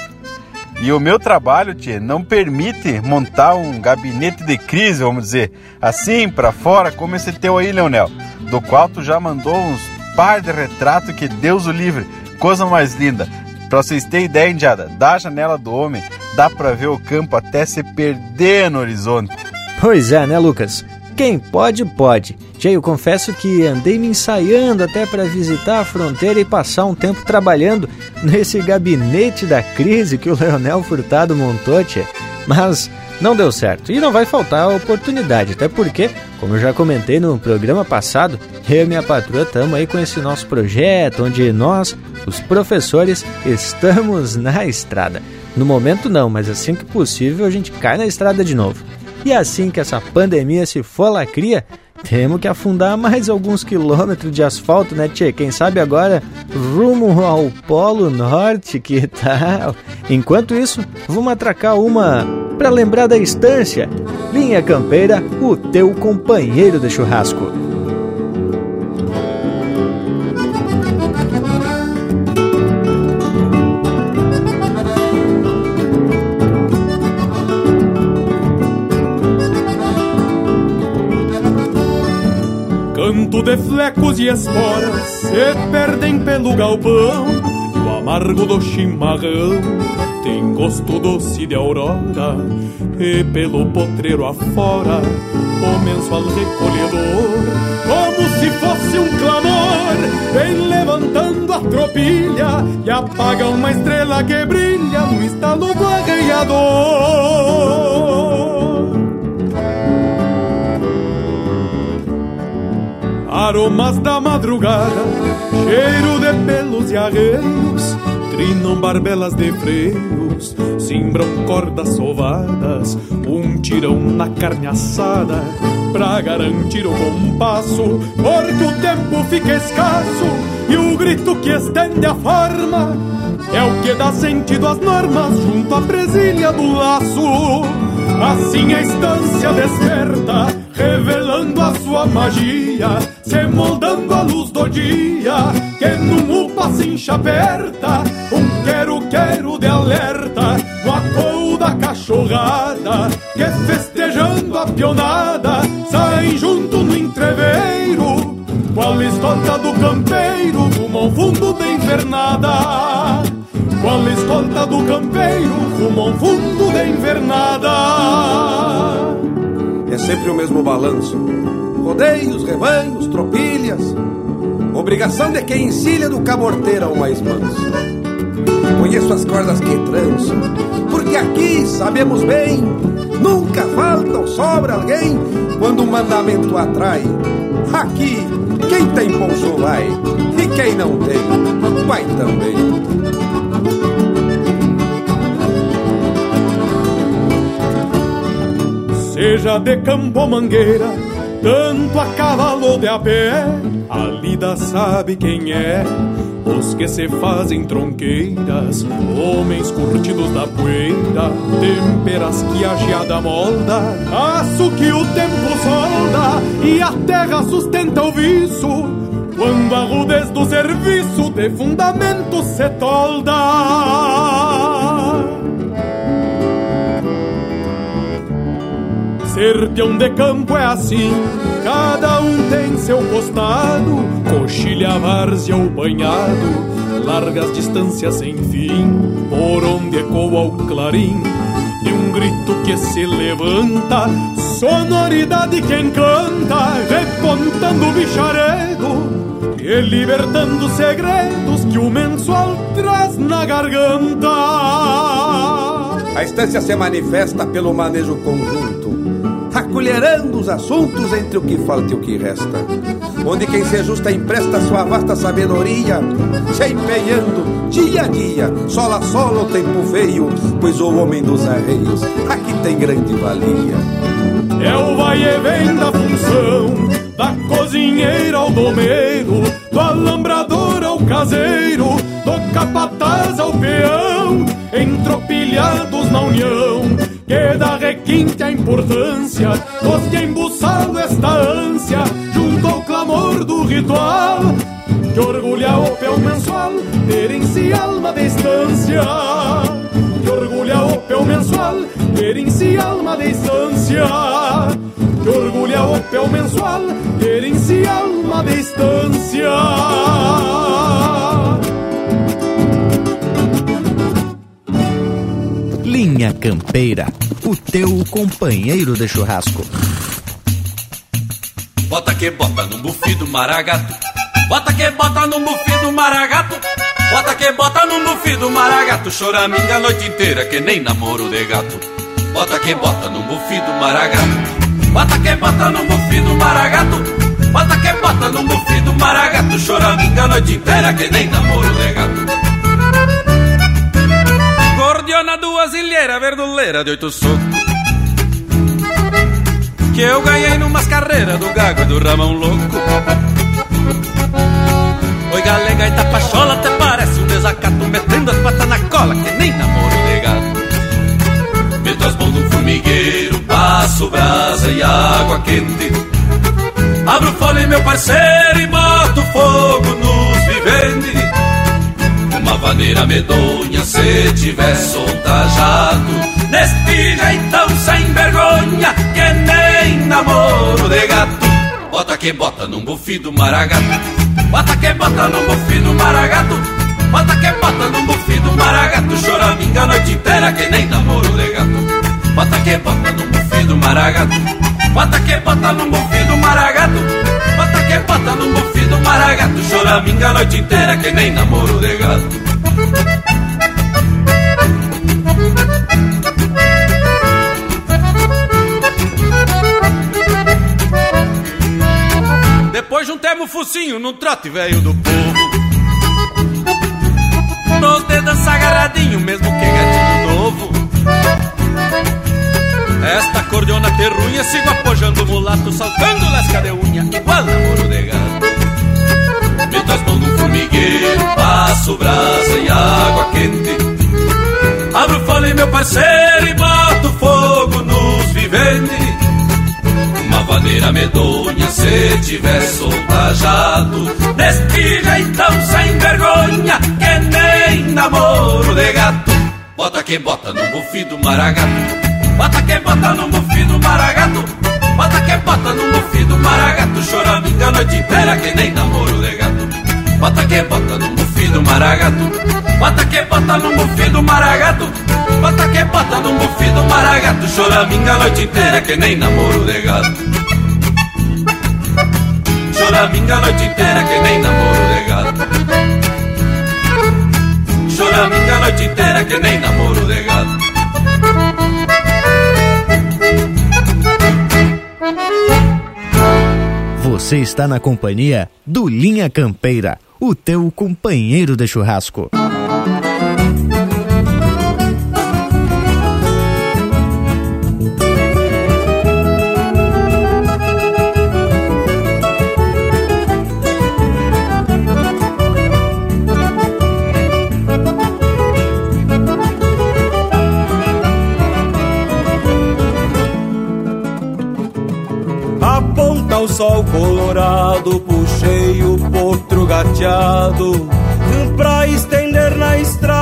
E o meu trabalho, tchê, não permite montar um gabinete de crise, vamos dizer, assim pra fora, como esse teu aí, Leonel, do qual tu já mandou uns par de retratos que Deus o livre, coisa mais linda. Pra vocês terem ideia, indiada, da janela do homem dá pra ver o campo até se perder no horizonte. Pois é, né, Lucas? Quem pode, pode. Tchê, eu confesso que andei me ensaiando até para visitar a fronteira e passar um tempo trabalhando nesse gabinete da crise que o Leonel Furtado montou, tchê. Mas não deu certo e não vai faltar a oportunidade, até porque, como eu já comentei no programa passado, eu e minha patroa estamos aí com esse nosso projeto, onde nós, os professores, estamos na estrada. No momento não, mas assim que possível a gente cai na estrada de novo. E assim que essa pandemia se for lacria, temos que afundar mais alguns quilômetros de asfalto, né, tchê? Quem sabe agora rumo ao Polo Norte, que tal? Enquanto isso, vamos atracar uma para lembrar da estância. Linha Campeira, o teu companheiro de churrasco. Canto de flecos e esporas se perdem pelo galpão, e o amargo do chimarrão tem gosto doce de aurora, e pelo potreiro afora o mensual recolhedor, como se fosse um clamor, vem levantando a tropilha e apaga uma estrela que brilha no estalo do arreiador. Aromas da madrugada, cheiro de pelos e arreios, trinam barbelas de freios, cimbram cordas sovadas, um tirão na carne assada, pra garantir o compasso, porque o tempo fica escasso, e o grito que estende a forma, é o que dá sentido às normas, junto à presilha do laço. Assim a estância desperta, revelando a sua magia, se moldando a luz do dia, que num upa cincha aperta, um quero-quero de alerta, no acou da cachorrada, que festejando a pionada, saem junto no entreveiro, qual escolta do campeiro, rumo ao fundo da invernada. Qual escolta do campeiro, rumo ao fundo da invernada. É sempre o mesmo balanço, rodeios, rebanhos, tropilhas, obrigação de quem encilha do caborteiro ao mais manso. Conheço as cordas que trançam, porque aqui sabemos bem, nunca falta ou sobra alguém quando o mandamento atrai. Aqui, quem tem pulso vai, e quem não tem, vai também. Seja de campo ou mangueira, tanto a cavalo ou de a pé, A lida sabe quem é, os que se fazem tronqueiras, homens curtidos da poeira, temperas que a geada molda, aço que o tempo solda e a terra sustenta o viço, quando a rudez do serviço de fundamento se tolda. Ser peão de campo é assim, cada um tem seu costado, coxilha, várzea ou banhado, largas distâncias sem fim, por onde ecoa o clarim de um grito que se levanta, sonoridade que encanta, repontando o bicharedo e libertando segredos que o mensual traz na garganta. A estância se manifesta pelo manejo conjunto, acolherando os assuntos entre o que falta e o que resta, onde quem se ajusta empresta sua vasta sabedoria, se empenhando dia a dia, sol a sol o tempo veio, pois o homem dos arreios aqui tem grande valia. É o vai e vem da função, da cozinheira ao domeiro, do alambrador ao caseiro, do capataz ao peão, entropilhados na união, que dá requinte a importância dos que embuçado esta ânsia, junto ao clamor do ritual, que orgulha o peão mensual, ter em si alma de estância. Que orgulha o peão mensual, ter em si alma de estância. Que orgulha o peão mensual, ter em si alma de estância. Linha Campeira, o teu companheiro de churrasco. Bota que bota no buffet do maragato, bota que bota no buffet do maragato, bota que bota no buffet do maragato, choraminga a noite inteira que nem namoro de gato. Bota que bota no buffet do maragato, bota que bota no buffet do maragato, bota que bota no buffet do maragato, choraminga a noite inteira que nem namoro de gato. Gordiona duas ilheiras verduleira de oito socos, que eu ganhei numas carreiras do Gago e do Ramão Louco. Oi galega e tapachola, até parece um desacato, metendo as patas na cola que nem namoro de gato. Meto as mãos num formigueiro, passo brasa e água quente, abro folha meu parceiro e boto fogo nos viventes. Uma vaneira medonha se tiver soltajado, neste jeitão sem vergonha que nem namoro de gato. Bota que bota num buffet do maragato, bota que bota num buffet do maragato, bota que bota num buffet do maragato, choraminga a noite inteira que nem namoro de gato. Bota que bota num buffet do maragato, bota que bota num buffet do maragato, bota que bota num buffet do maragato, choraminga a noite inteira que nem namoro de gato. Depois juntemos o focinho num trote velho do povo, nos dedos agarradinho mesmo que gatinho novo. Esta cordiona terrunha sigo apojando o mulato, saltando lasca de unha igual namoro de gato. Meto as mãos no formigueiro, passo brasa e água quente, abro folha meu parceiro e boto fogo nos viventes. Uma vaneira medonha se tiver soltajado, neste jeitão sem vergonha que nem namoro de gato. Bota que bota no buffet do maragato, bota que bota no buffet do maragato, bota que bota no buffet do maragato, choraminga a noite inteira que nem namoro de gato. Bota que bota no buffet do maragato, bota que bota no buffet do maragato, bota que bota no buffet do maragato, choraminga a noite inteira que nem namoro de gato. Choraminga a noite inteira que nem namoro de gato. Choraminga a noite inteira que nem namoro de gato. Você está na companhia do Linha Campeira, o teu companheiro de churrasco. ao sol colorado, puxei o potro gateado pra estender na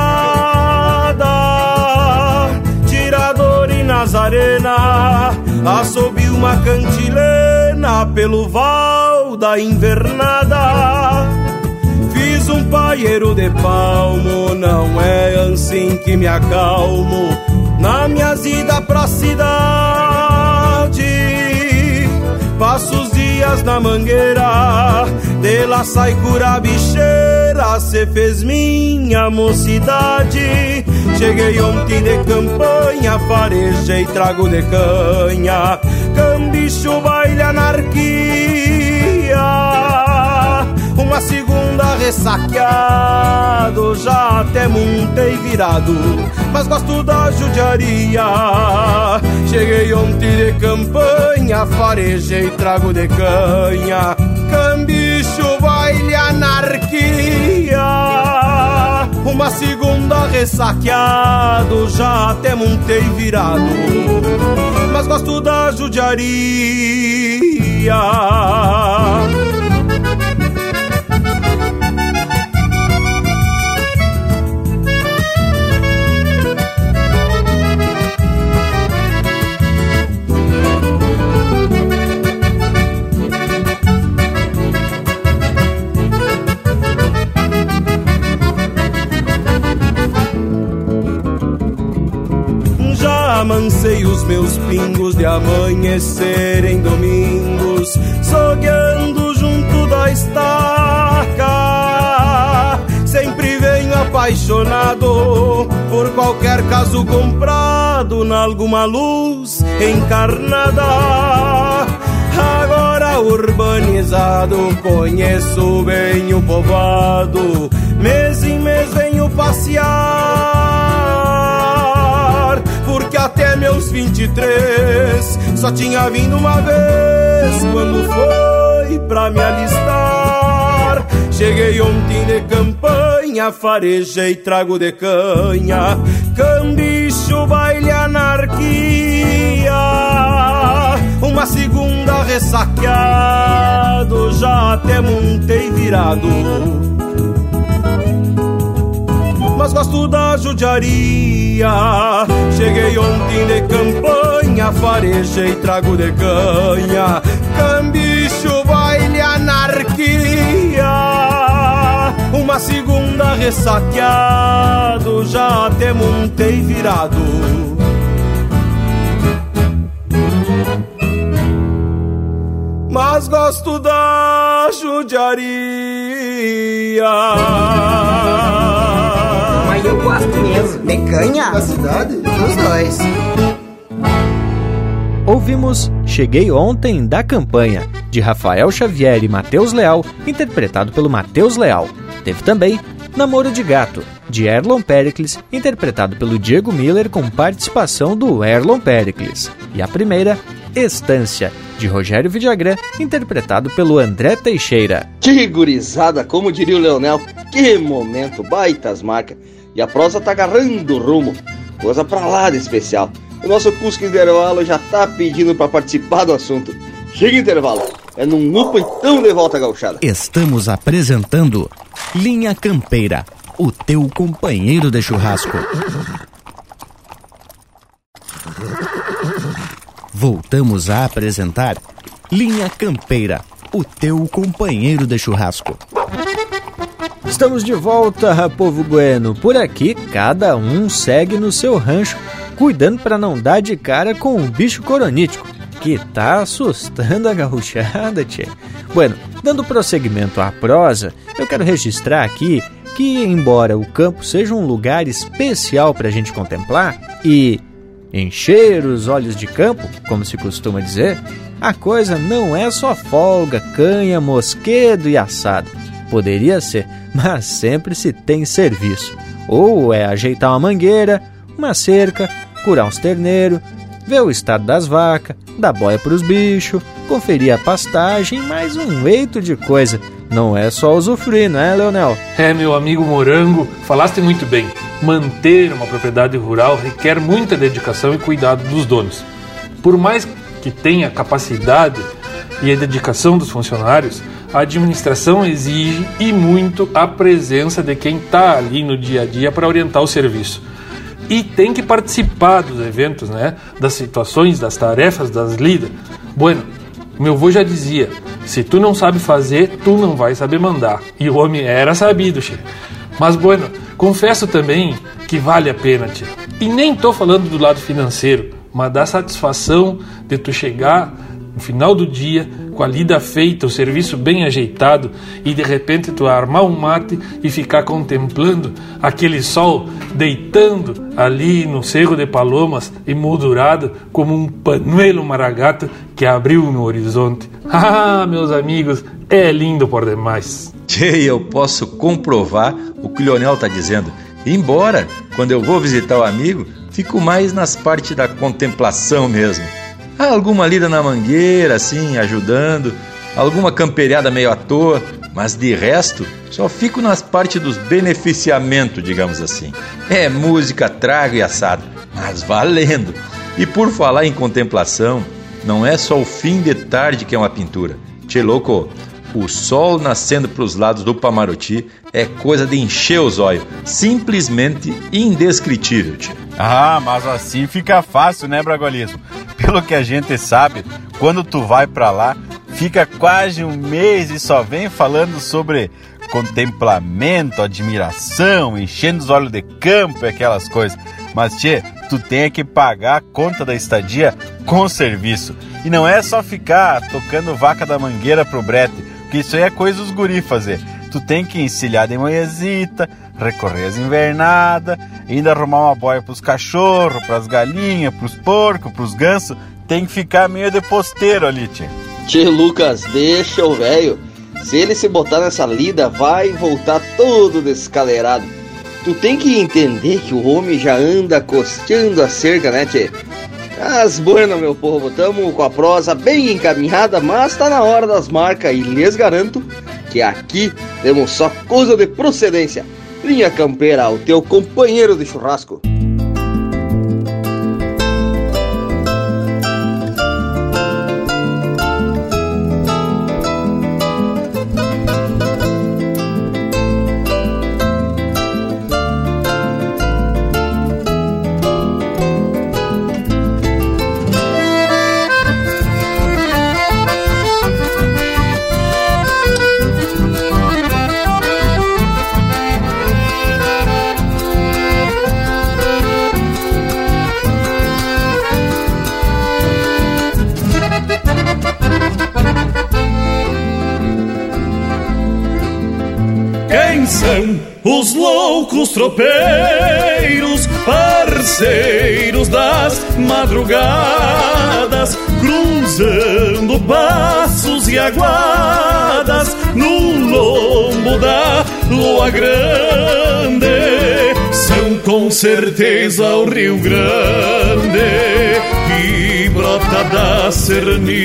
estrada. Tirador e Nazarena, assobi uma cantilena pelo val da invernada. Fiz um paieiro de palmo, não é assim que me acalmo na minha ida pra cidade. Passo os dias na mangueira, de lá sai cura bicheira, cê fez minha mocidade. Cheguei ontem de campanha, farejei trago de canha, cambicho, baile, anarquia. Uma segunda ressaqueado, já até montei virado, mas gosto da judiaria. Cheguei ontem de campanha, farejei trago de canha, cambicho, baile, anarquia. Uma segunda ressaqueado, já até montei virado, mas gosto da judiaria. Amancei os meus pingos de amanhecer em domingos, sogueando junto da estaca. Sempre venho apaixonado por qualquer caso comprado na alguma luz encarnada. Agora urbanizado, conheço bem o povoado, mês em mês venho passear, porque até meus vinte e três só tinha vindo uma vez, quando foi pra me alistar. Cheguei ontem de campanha, farejei trago de canha, cambicho, baile, anarquia. Uma segunda ressaqueado, já até montei virado, mas gosto da judiaria. Cheguei ontem de campanha, farejei trago de canha, cambicho, baile, anarquia. Uma segunda ressaqueado, já até montei virado, mas gosto da judiaria. Eu gosto mesmo. De canha? Da cidade? Dos dois. Ouvimos Cheguei Ontem da Campanha, de Rafael Xavier e Matheus Leal, interpretado pelo Matheus Leal. Teve também Namoro de Gato, de Erlon Pericles, interpretado pelo Diego Miller, com participação do Erlon Pericles. E a primeira, Estância, de Rogério Vidagrã, interpretado pelo André Teixeira. Que gurizada, como diria o Leonel, que momento, baitas marcas. E a prosa tá agarrando rumo, coisa pra lá de especial. O nosso Cusco Intervalo já tá pedindo pra participar do assunto. Chega intervalo, é num lupa então de volta gauchada. Estamos apresentando Linha Campeira, o teu companheiro de churrasco. Voltamos a apresentar Linha Campeira, o teu companheiro de churrasco. Estamos de volta, povo bueno. Por aqui, cada um segue no seu rancho, cuidando para não dar de cara com o bicho coronítico, que tá assustando a gauchada, tchê. Bueno, dando prosseguimento à prosa, eu quero registrar aqui que, embora o campo seja um lugar especial para a gente contemplar e encher os olhos de campo, como se costuma dizer, a coisa não é só folga, canha, mosquedo e assado. Poderia ser, mas sempre se tem serviço. Ou é ajeitar uma mangueira, uma cerca, curar uns terneiros, ver o estado das vacas, dar boia para os bichos, conferir a pastagem, mais um eito de coisa. Não é só usufruir, não é, Leonel? É, meu amigo Morango, falaste muito bem. Manter uma propriedade rural requer muita dedicação e cuidado dos donos. Por mais que tenha capacidade e a dedicação dos funcionários, a administração exige e muito a presença de quem está ali no dia a dia para orientar o serviço. E tem que participar dos eventos, né? Das situações, das tarefas, das lidas. Bueno, meu avô já dizia, se tu não sabe fazer, tu não vai saber mandar. E o homem era sabido, che. Mas, bueno, confesso também que vale a pena, che. E nem tô falando do lado financeiro, mas da satisfação de tu chegar no final do dia, com a lida feita, o serviço bem ajeitado, e de repente tu armar um mate e ficar contemplando aquele sol deitando ali no Cerro de Palomas, emoldurado como um panuelo maragato que abriu no horizonte. Ah, meus amigos, é lindo por demais. Tchê, eu posso comprovar o que o Leonel está dizendo. Embora, quando eu vou visitar o amigo, fico mais nas partes da contemplação mesmo. Há alguma lida na mangueira, assim, ajudando, alguma camperiada meio à toa, mas de resto, só fico nas partes dos beneficiamentos, digamos assim. É música, trago e assado, mas valendo. E por falar em contemplação, não é só o fim de tarde que é uma pintura. Tchê, louco, o sol nascendo para os lados do Pamaruti é coisa de encher os olhos, simplesmente indescritível, tchê. Ah, mas assim fica fácil, né, Bragualismo? Pelo que a gente sabe, quando tu vai pra lá, fica quase um mês e só vem falando sobre contemplamento, admiração, enchendo os olhos de campo e aquelas coisas. Mas, tchê, tu tem que pagar a conta da estadia com serviço. E não é só ficar tocando vaca da mangueira pro brete, porque isso aí é coisa dos guri fazer. Tu tem que encilhar de manhãzita, recorrer às invernadas, ainda arrumar uma boia pros cachorros, pras galinhas, pros porcos, pros gansos. Tem que ficar meio de posteiro ali, tchê. Tchê, Lucas, deixa o velho. Se ele se botar nessa lida, vai voltar todo descaleirado. Tu tem que entender que o homem já anda costeando a cerca, né, tchê? As buenas, meu povo, tamo com a prosa bem encaminhada, mas tá na hora das marcas e lhes garanto que aqui temos só coisa de procedência. Linha Campeira, o teu companheiro de churrasco. Os loucos tropeiros, parceiros das madrugadas, cruzando passos e aguadas no lombo da lua grande. São com certeza o Rio Grande que brota da serrania,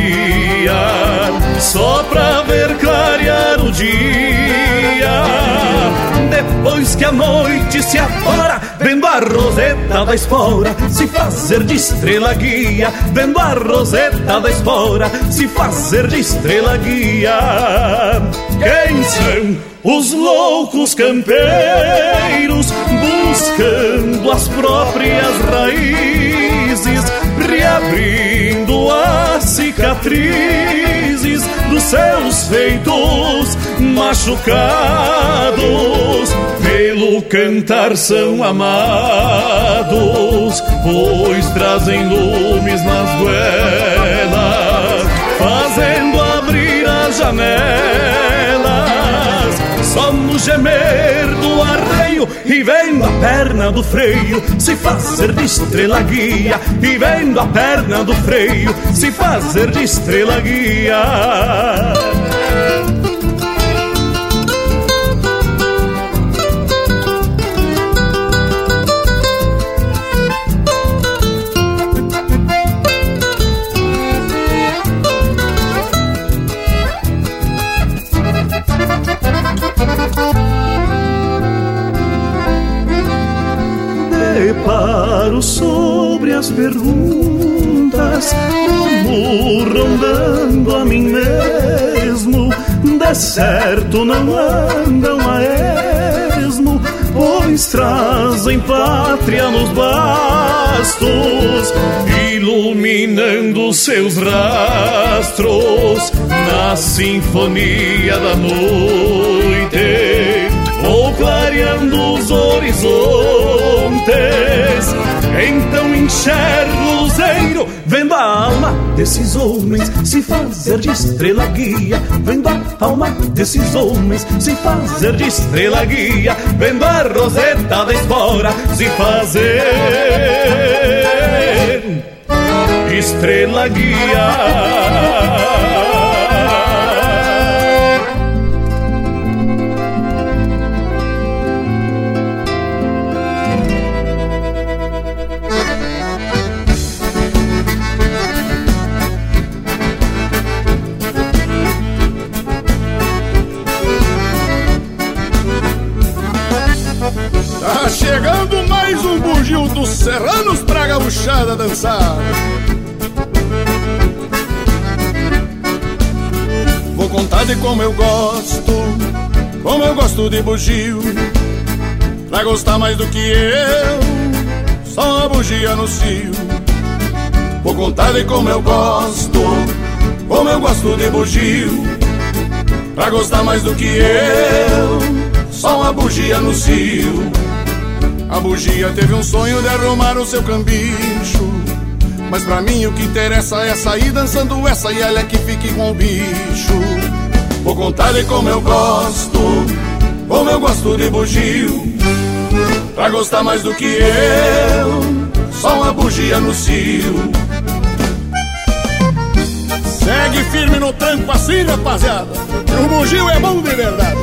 só pra ver clarear o dia. Depois que a noite se afora, vendo a roseta da espora se fazer de estrela guia, vendo a roseta da espora se fazer de estrela guia. Quem são os loucos campeiros, buscando as próprias raízes, reabrindo as cicatrizes dos seus feitos machucados. Pelo cantar são amados, pois trazem lumes nas goelas, fazendo abrir as janelas. Só no gemer do arreio e vendo a perna do freio se fazer de estrela guia, e vendo a perna do freio se fazer de estrela guia. paro sobre as perguntas, como rondando a mim mesmo. De certo não andam a esmo, pois trazem pátria nos bastos, iluminando seus rastros na sinfonia da noite, ou clareando os horizontes. Então enxergo o luzeiro, vendo a alma desses homens se fazer de estrela guia, vendo a alma desses homens se fazer de estrela guia, vendo a roseta da espora se fazer estrela guia. Tá chegando mais um bugio dos serranos pra gauchada dançar. Vou contar de como eu gosto, como eu gosto de bugio. Pra gostar mais do que eu, só uma bugia no cio. Vou contar de como eu gosto, como eu gosto de bugio. Pra gostar mais do que eu, só uma bugia no cio. A bugia teve um sonho de arrumar o seu cambicho, mas pra mim o que interessa é sair dançando essa e ela é que fique com o bicho. Vou contar de como eu gosto, como eu gosto de bugio. Pra gostar mais do que eu, só uma bugia no cio. Segue firme no tranco assim, rapaziada, o bugio é bom de verdade.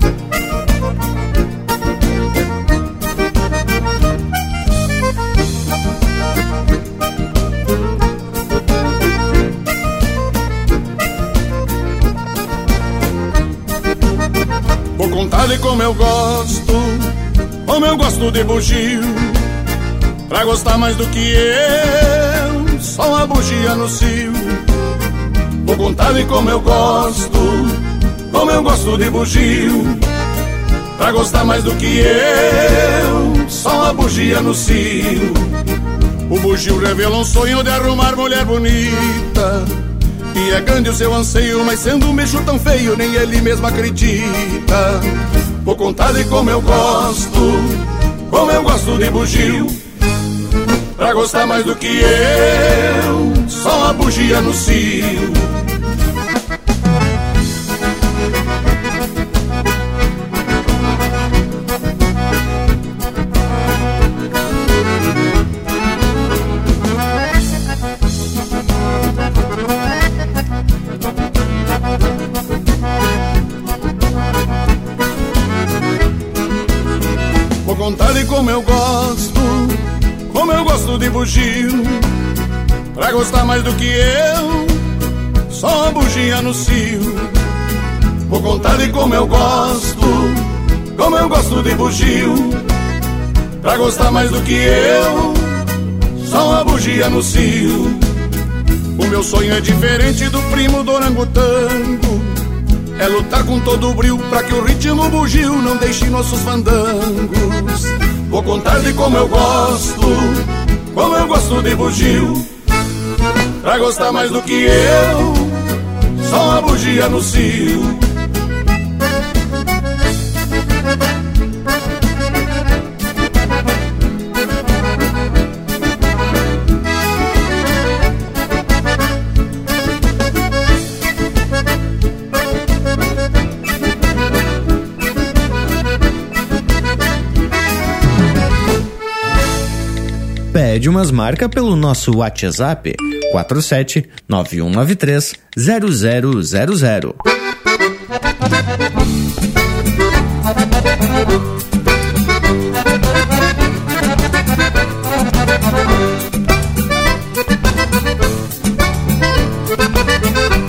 Vou contar de como eu gosto, como eu gosto de bugio. Pra gostar mais do que eu, só uma bugia no cio. Vou contar de como eu gosto, como eu gosto de bugio. Pra gostar mais do que eu, só uma bugia no cio. O bugio revela um sonho de arrumar mulher bonita, e é grande o seu anseio, mas sendo um bicho tão feio, nem ele mesmo acredita. Vou contar de como eu gosto, como eu gosto de bugio. Pra gostar mais do que eu, só uma bugia no cio. Vou contar de como eu gosto, como eu gosto de bugio. Pra gostar mais do que eu, só uma bugia no cio. Vou contar de como eu gosto, como eu gosto de bugio. Pra gostar mais do que eu, só uma bugia no cio. O meu sonho é diferente do primo do orangotango, é lutar com todo o brio pra que o ritmo bugio não deixe nossos fandangos. Vou contar de como eu gosto, como eu gosto de bugio. Pra gostar mais do que eu, só uma bugia no cio. Pede umas marcas pelo nosso WhatsApp quatro sete nove um nove três zero zero zero zero.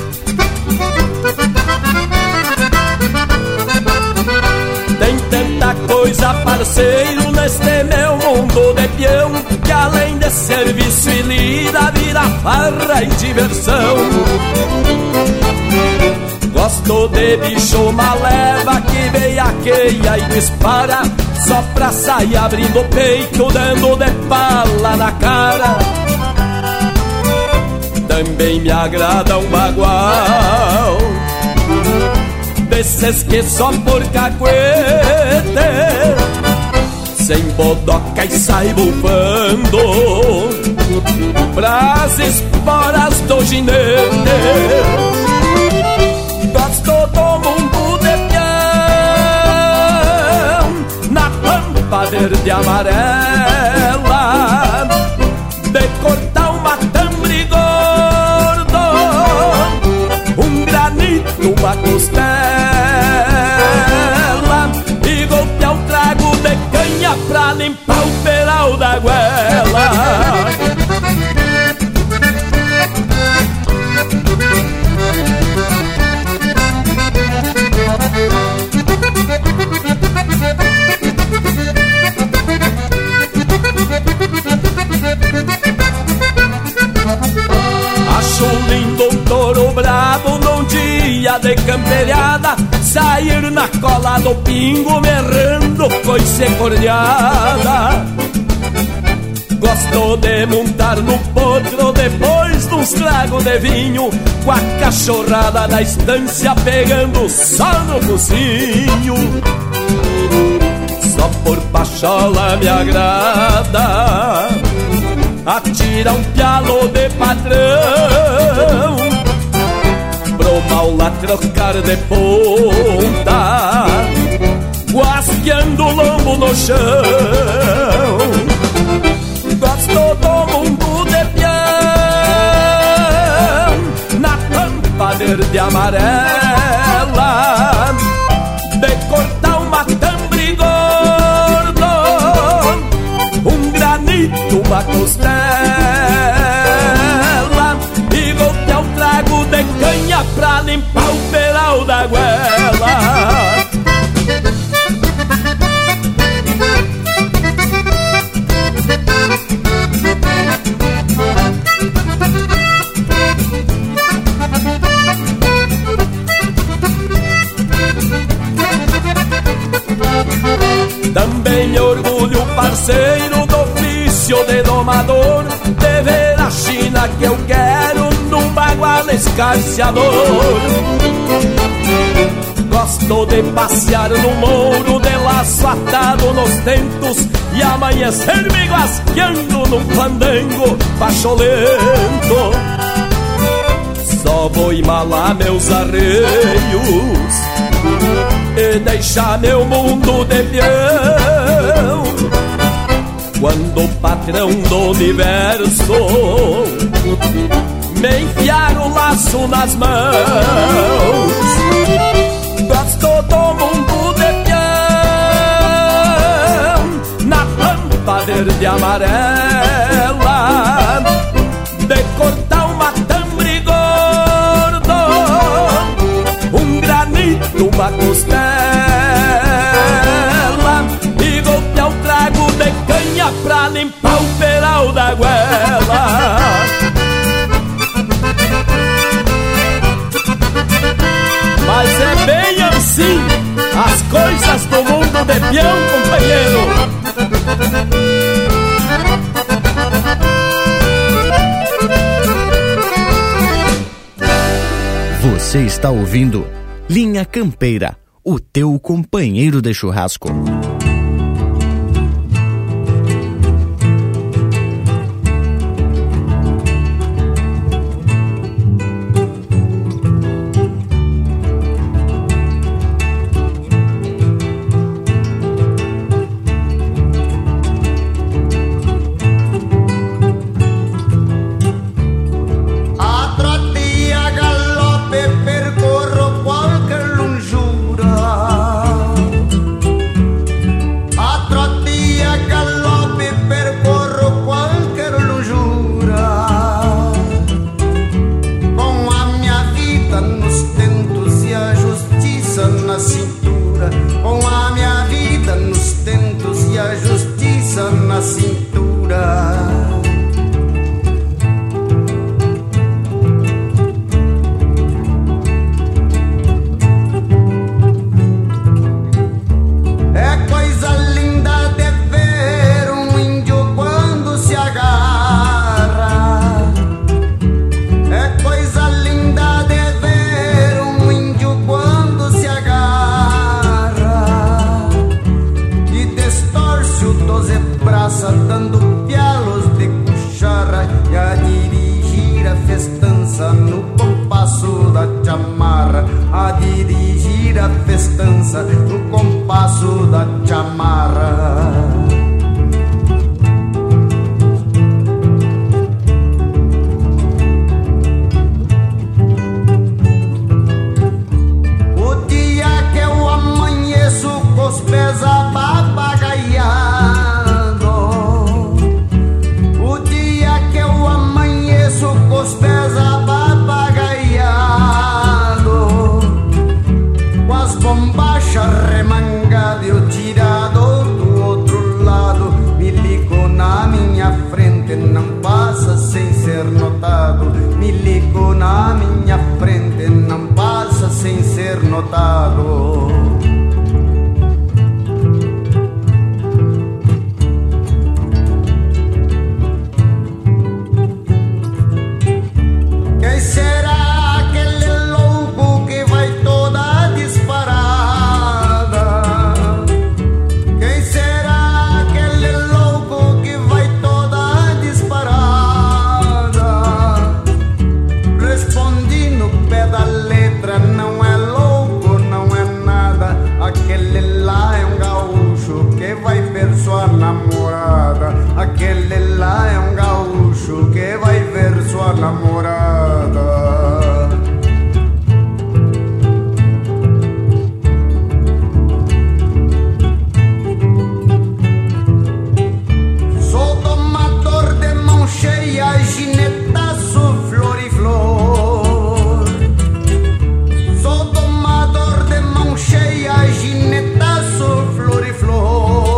Tem tanta outra coisa, parceiro, neste meu mundo de peão, que além de serviço e lida, vira farra e diversão. Gosto de bicho maleva que veiaqueia e dispara, só pra sair abrindo o peito, dando de pala na cara. Também me agrada um bagual desses que só por cacuete, sem bodoca e sai bufando pras esporas do ginete. Gosto do mundo de peão, na pampa verde e amarela, de cortar uma tambre gordo, um granito, uma costela, e golpear um trago de canha pra limpar o peral da goela. Acho lindo um touro bravo num dia de camperiada, sair na cola do pingo berrando coice cordeada. Gosto de montar no potro depois de uns tragos de vinho, com a cachorrada da estância pegando só no focinho. Só por pachola me agrada atira um pialo de padrão, pro mal lá trocar de ponta, guasqueando o lombo no chão. Gosto do mundo de peão, na pampa verde e amarela, de cortar uma tambre gordo, um granito, uma costela, e golpear um trago de canha pra limpar o peral da goela. Também me orgulho, parceiro, do ofício de domador, de ver a China que eu quero num bagual escarciador. Gosto de passear no mouro, de laço atado nos tentos, e amanhecer me guasqueando num fandango pacholento. Só vou emalar meus arreios e deixar meu mundo de peão, quando o patrão do universo me enfiar o laço nas mãos. Gosto do mundo de peão, na pampa verde e amarela, de cortar uma tambre gordo, um granito, uma costela, e golpear um trago de canha pra limpar o peral da goela. Mas é bem assim as coisas do mundo de peão, companheiro. Você está ouvindo Linha Campeira, o teu companheiro de churrasco. doze braças dando pialos de cuchara e a dirigir a festança no compasso da chamarra, a dirigir a festança no compasso da chamarra. Os pés apapagaiados, o dia que eu amanheço com os pés apapagaiados, com as bombachas remangadas eu tirado do outro lado, milico na minha frente não passa sem ser notado, milico na minha frente não passa sem ser notado. Aquele lá é um gaúcho que vai ver sua namorada. Sou domador de mão cheia, ginetaço, flor e flor. Sou domador de mão cheia, ginetaço, flor e flor.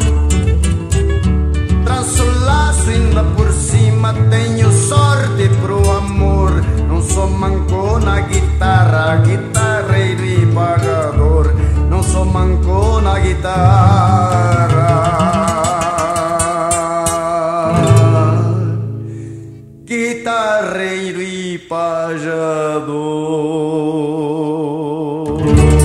Por cima tenho sorte pro amor, não sou manco na guitarra, guitarreiro e pagador, não sou manco na guitarra, guitarreiro e pajador.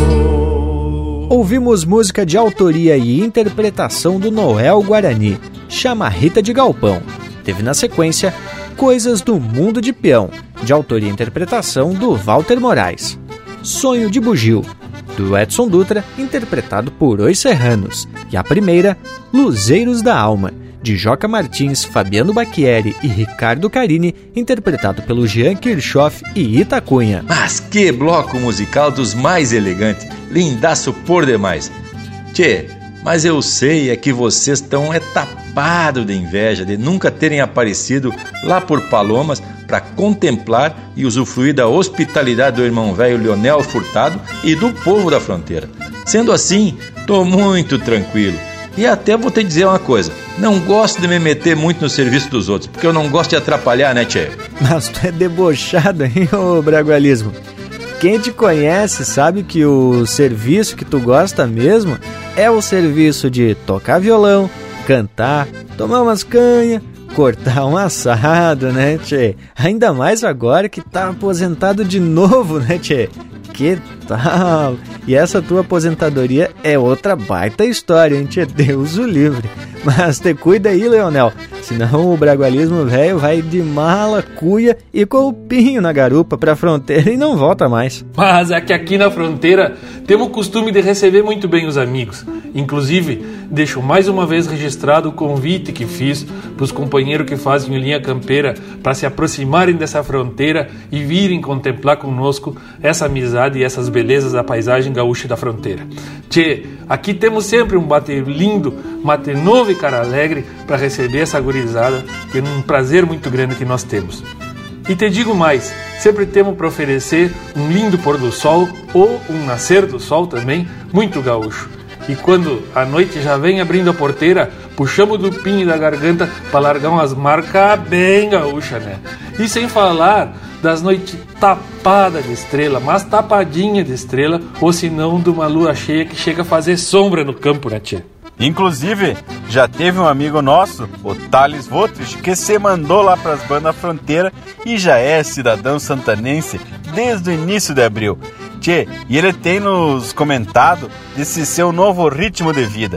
Ouvimos música de autoria e interpretação do Noel Guarani, Chamarrita de Galpão. Teve na sequência Coisas do Mundo de Peão, de autoria e interpretação do Walter Moraes. Sonho de Bugio, do Edson Dutra, interpretado por Os Serranos. E a primeira, Luzeiros da Alma, de Joca Martins, Fabiano Bacchieri e Ricardo Carini, interpretado pelo Jean Kirchhoff e Itacunha. Mas que bloco musical dos mais elegantes, lindaço por demais. Tchê, mas eu sei é que vocês estão etapados de inveja de nunca terem aparecido lá por Palomas para contemplar e usufruir da hospitalidade do irmão velho Leonel Furtado e do povo da fronteira. Sendo assim, tô muito tranquilo. E até vou te dizer uma coisa, não gosto de me meter muito no serviço dos outros, porque eu não gosto de atrapalhar, né, tchê? Mas tu é debochado, hein, ô Bragualismo? Quem te conhece sabe que o serviço que tu gosta mesmo é o serviço de tocar violão, cantar, tomar umas canhas, cortar um assado, né, tchê? Ainda mais agora que tá aposentado de novo, né, tchê? Que tal? E essa tua aposentadoria é outra baita história, hein, tchê? Deus o livre. Mas te cuida aí, Leonel, senão o bragualismo velho vai de mala, cuia e colpinho na garupa pra fronteira e não volta mais. Mas é que aqui na fronteira temos o costume de receber muito bem os amigos. Inclusive, deixo mais uma vez registrado o convite que fiz para os companheiros que fazem o Linha Campeira para se aproximarem dessa fronteira e virem contemplar conosco essa amizade e essas belezas da paisagem gaúcha da fronteira. Tchê, aqui temos sempre um bate lindo, mate novo e cara alegre para receber essa gurizada, que é um prazer muito grande que nós temos. E te digo mais, sempre temos para oferecer um lindo pôr do sol ou um nascer do sol também, muito gaúcho. E quando a noite já vem abrindo a porteira, puxamos do pinho da garganta para largar umas marcas bem gaúcha, né? E sem falar das noites tapadas de estrela, mas tapadinha de estrela, ou se não de uma lua cheia que chega a fazer sombra no campo, né, tia? Inclusive, já teve um amigo nosso, o Thales Votrich, que se mandou lá para as bandas fronteira e já é cidadão santanense desde o início de abril. Tchê, e ele tem nos comentado desse seu novo ritmo de vida,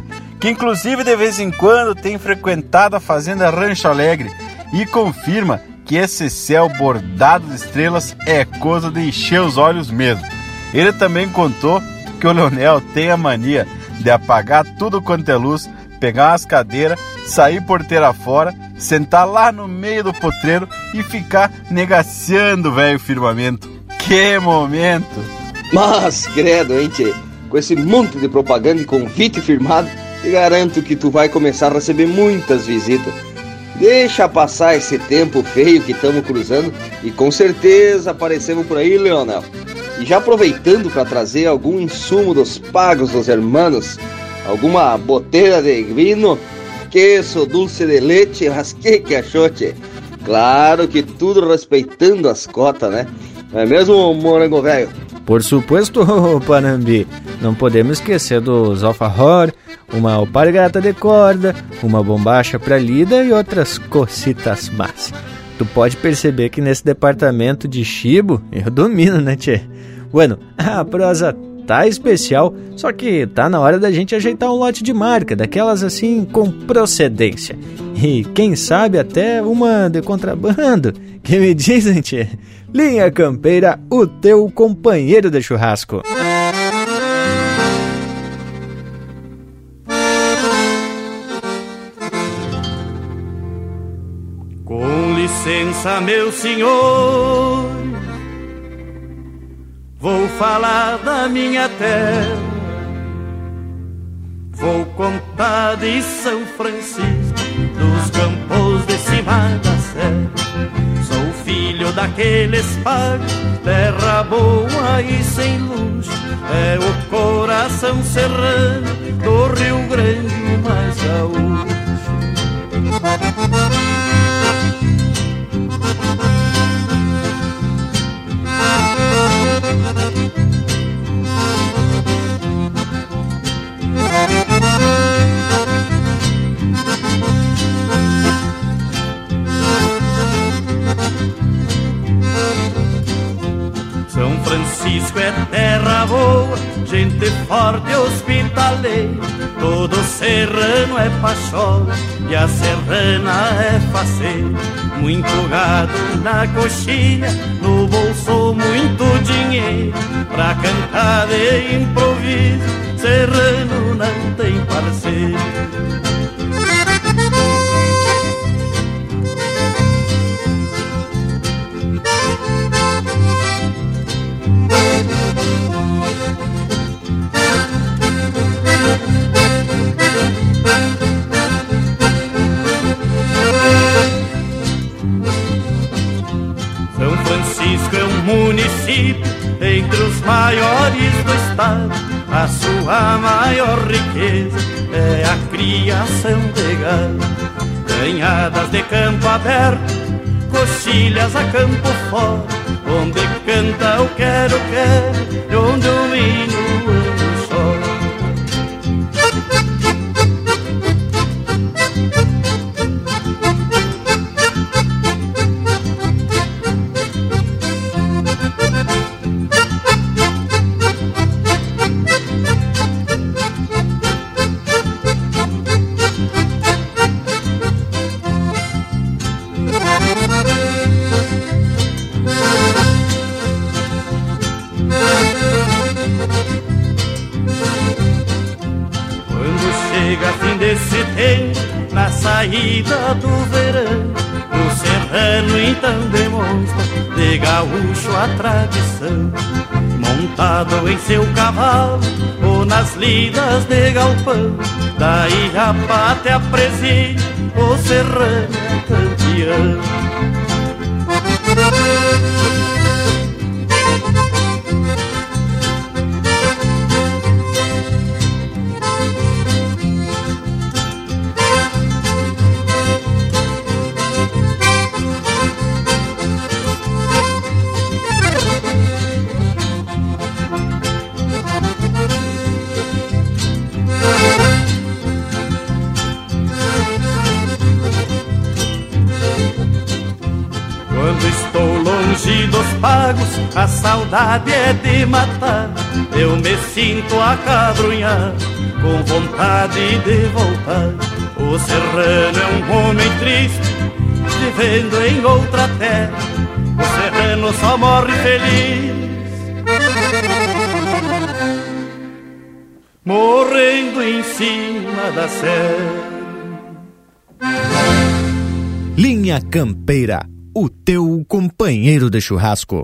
que inclusive de vez em quando tem frequentado a fazenda Rancho Alegre e confirma que esse céu bordado de estrelas é coisa de encher os olhos mesmo. Ele também contou que o Leonel tem a mania de apagar tudo quanto é luz, pegar umas cadeiras, sair porteira fora, sentar lá no meio do potreiro e ficar negaciando o velho firmamento. Que momento! Mas, credo, hein, tchê? Com esse monte de propaganda e convite firmado, te garanto que tu vai começar a receber muitas visitas. Deixa passar esse tempo feio que estamos cruzando e com certeza aparecemos por aí, Leonel. E já aproveitando para trazer algum insumo dos pagos dos hermanos, alguma boteira de vinho, queso, dulce de leite, mas que que achou, tchê? Claro que tudo respeitando as cotas, né? Não é mesmo, morango velho? Por supuesto, Panambi. Não podemos esquecer dos alfajor, uma alpargata de corda, uma bombacha pra lida e outras cositas más. Tu pode perceber que nesse departamento de chibo eu domino, né, tchê? Bueno, a prosa tá especial, só que tá na hora da gente ajeitar um lote de marca, daquelas assim com procedência. E quem sabe até uma de contrabando. Que me dizem, tchê? Linha Campeira, o teu companheiro de churrasco. Com licença, meu senhor, vou falar da minha terra, vou contar de São Francisco, dos campos de cima da serra. Sou filho daqueles pagos, terra boa e sem luxo, é o coração serrano do Rio Grande, o mais gaúcho. São Francisco é terra boa, gente forte e hospitaleira. Todo serrano é pachola e a serrana é faceira. Muito gado na coxilha, no bolso muito dinheiro. Pra cantar de improviso, serrano não tem parceiro. São Francisco é um município entre os maiores do estado. A sua maior riqueza é a criação de gado. Canhadas de campo aberto, coxilhas a campo fora, onde canta o quero, quero, e onde o menino ando chora. Na saída do verão, o serrano então demonstra de gaúcho a tradição. Montado em seu cavalo ou nas lidas de galpão, daí a pátria preside, o serrano é campeão. pagos, a saudade é de matar. Eu me sinto acabrunhado, com vontade de voltar. O serrano é um homem triste, vivendo em outra terra. O serrano só morre feliz, morrendo em cima da serra. Linha Campeira, o teu companheiro de churrasco.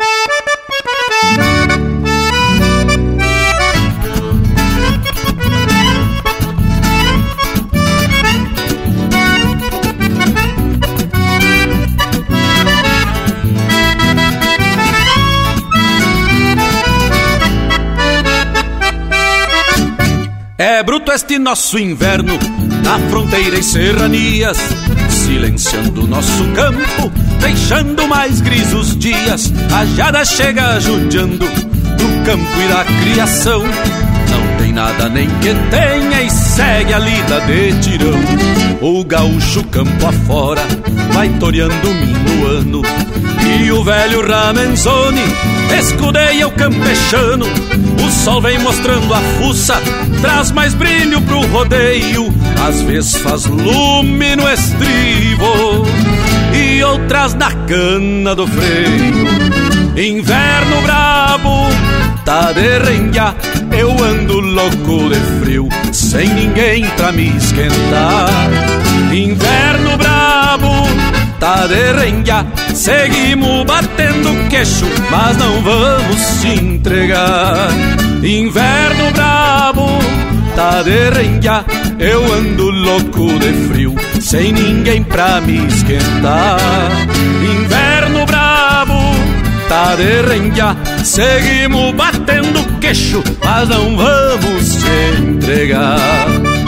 É bruto este nosso inverno, na fronteira e serranias, silenciando nosso campo, deixando mais grisos dias. A geada chega judiando do campo e da criação. Não tem nada nem que tenha e segue a lida de tirão. O gaúcho campo afora vai toreando o minuano, e o velho Ramenzoni escudeia o campechano. O sol vem mostrando a fuça, traz mais brilho pro rodeio. Às vezes faz lume no estribo e outras na cana do freio. Inverno brabo, tá de renha, eu ando louco de frio, sem ninguém pra me esquentar. Inverno brabo, tá de renha, seguimos batendo queixo, mas não vamos se entregar. Inverno brabo, tá de renha, eu ando louco de frio, sem ninguém pra me esquentar. Inverno brabo, tá de renha, seguimos batendo queixo, mas não vamos se entregar.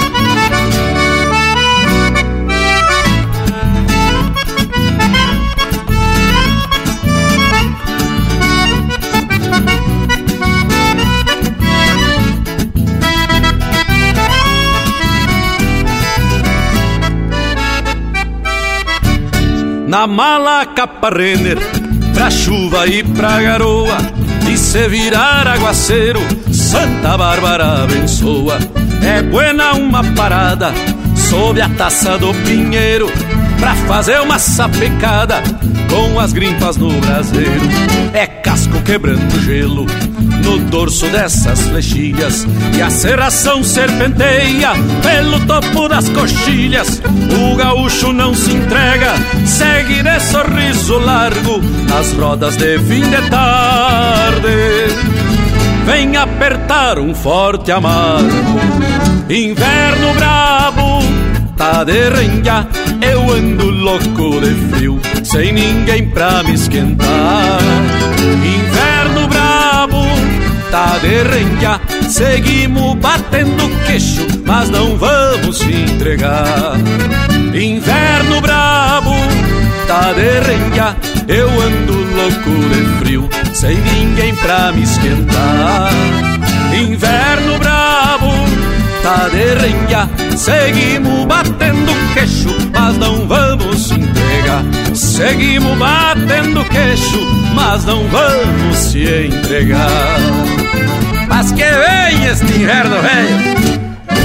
Na mala capa Renner, pra chuva e pra garoa, e se virar aguaceiro, Santa Bárbara abençoa. É buena uma parada sob a taça do pinheiro, pra fazer uma sapecada com as grimpas no braseiro. É casco quebrando gelo no dorso dessas flechilhas, e a serração serpenteia pelo topo das coxilhas. O gaúcho não se entrega, segue de sorriso largo nas rodas de fim de tarde. Vem apertar um forte amargo. Inverno brabo, tá de renha, eu ando louco de frio, sem ninguém pra me esquentar. Inverno brabo, tá de renha, seguimos batendo queixo, mas não vamos se entregar. Inverno brabo, tá de renha, eu ando louco de frio, sem ninguém pra me esquentar. Inverno brabo, tá de renha, seguimos batendo queixo, mas não vamos se entregar. Seguimos batendo queixo, mas não vamos se entregar. Mas que vem este inverno velho.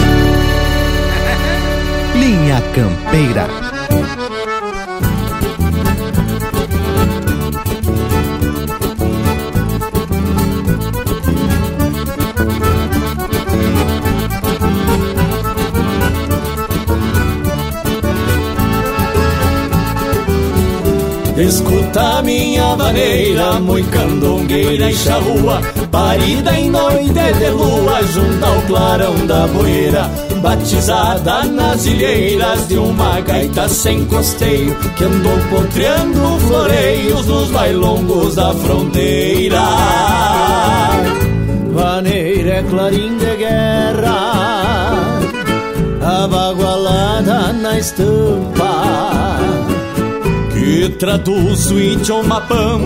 Linha Campeira. Escuta minha vaneira, muito candongueira e charrua, parida em noite de lua, junto ao clarão da boeira, batizada nas ilheiras de uma gaita sem costeio, que andou potreando floreios nos bailongos da fronteira. Vaneira é clarim de guerra, abagualada na estampa, que traduz o idioma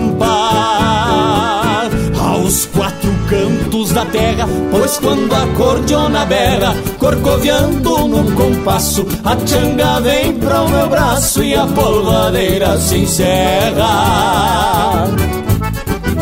pampa aos quatro cantos da terra, pois quando a cordiona berra, corcoviando num compasso, a tchanga vem pro meu braço e a polvadeira se encerra.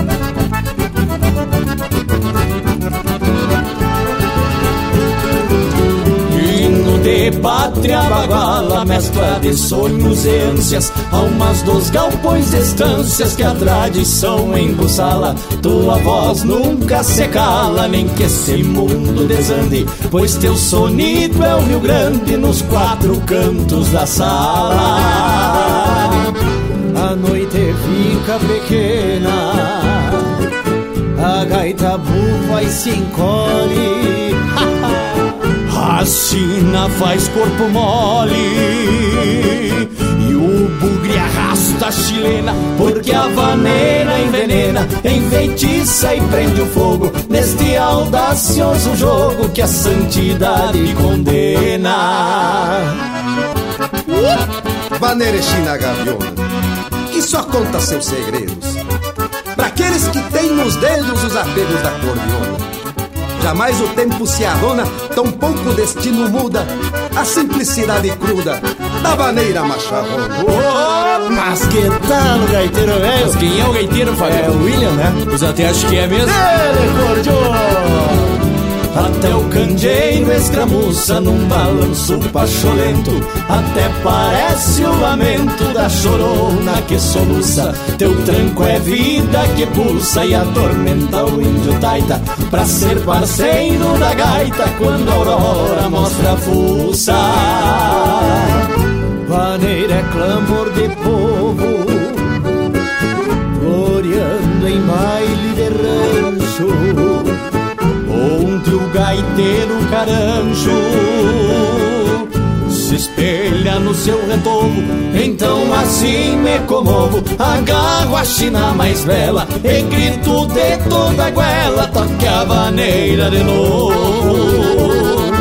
de pátria baguala, mescla de sonhos e ânsias, almas dos galpões de estâncias que a tradição embuçala. Tua voz nunca se cala, nem que esse mundo desande, pois teu sonido é o Rio Grande nos quatro cantos da sala. A noite fica pequena, a gaita bufa e se encolhe, a sina faz corpo mole e o bugre arrasta a chilena, porque a vaneira envenena, enfeitiça e prende o fogo neste audacioso jogo que a santidade condena. Vaneira e china gaviona, que só conta seus segredos para aqueles que têm nos dedos os apegos da cordiona. Jamais o tempo se arrona, tão pouco o destino muda a simplicidade cruda da vaneira macharrona. Oh, mas que tal o gaiteiro velho? Mas quem é o gaiteiro, Fábio? É o William, né? Os até acho que é mesmo. Ele cordiona. Até o candeeiro escramuça num balanço pacholento, até parece o lamento da chorona que soluça. Teu tranco é vida que pulsa e atormenta o índio taita, pra ser parceiro da gaita quando a aurora mostra a fuça. Vaneira é clamor de povo, floreando em baile de rancho, onde o gaiteiro carancho se espelha no seu retovo. Então assim me comovo, agarro a china mais bela e grito de toda a goela, toque a vaneira de novo.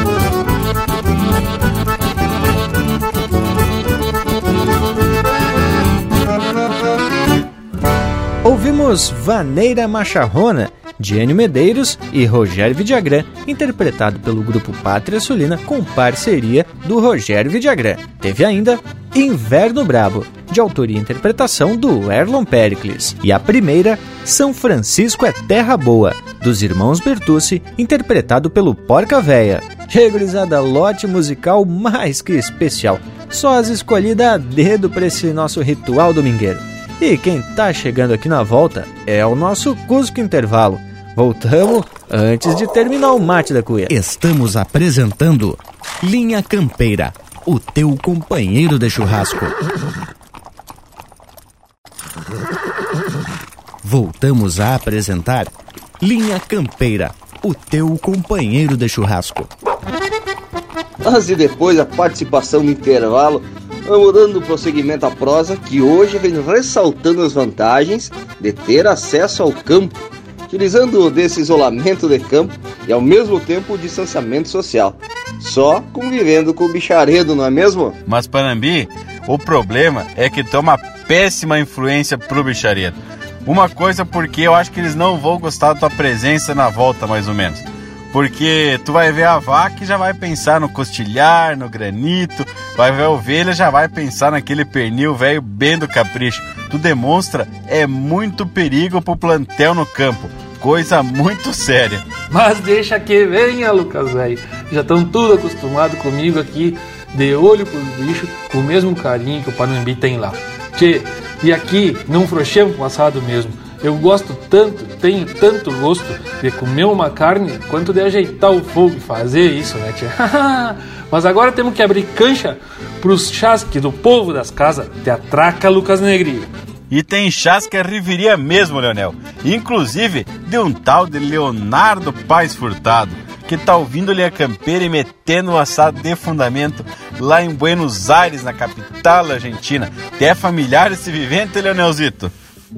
Ouvimos Vaneira Macharrona, de Enio Medeiros e Rogério Vidagrã, interpretado pelo grupo Pátria Sulina com parceria do Rogério Vidagrã. Teve ainda Inverno Brabo, de autoria e interpretação do Erlon Pericles. E a primeira, São Francisco é Terra Boa, dos irmãos Bertucci, interpretado pelo Porca Véia. Regurizada, lote musical mais que especial, só as escolhidas a dedo para esse nosso ritual domingueiro. E quem tá chegando aqui na volta é o nosso Cusco Intervalo. Voltamos antes de terminar o mate da cuia. Estamos apresentando Linha Campeira, o teu companheiro de churrasco. Voltamos a apresentar Linha Campeira, o teu companheiro de churrasco. Mas e depois a participação no intervalo, vamos dando prosseguimento à prosa que hoje vem ressaltando as vantagens de ter acesso ao campo, utilizando desse isolamento de campo e ao mesmo tempo o distanciamento social, só convivendo com o bicharedo, não é mesmo? Mas Panambi, o problema é que tu é uma péssima influência pro bicharedo. Uma coisa porque eu acho que eles não vão gostar da tua presença na volta, mais ou menos. Porque tu vai ver a vaca e já vai pensar no costilhar, no granito, vai ver a ovelha e já vai pensar naquele pernil velho bem do capricho. Tu demonstra é muito perigo pro plantel no campo, coisa muito séria. Mas deixa que venha, Lucas, velho. Já estão tudo acostumados comigo aqui, de olho pros bichos, com o mesmo carinho que o Panambi tem lá. Tchê, e aqui não frouxemos com assado mesmo. Eu gosto tanto, tenho tanto gosto de comer uma carne quanto de ajeitar o fogo e fazer isso, né, tia? Mas agora temos que abrir cancha pros chasques do povo das casas. Te atraca, Lucas Negri. E tem chasque a riveria mesmo, Leonel. Inclusive de um tal de Leonardo Paes Furtado, que tá ouvindo Linha Campeira e metendo o assado de fundamento lá em Buenos Aires, na capital argentina. É familiar esse vivente, Leonelzito?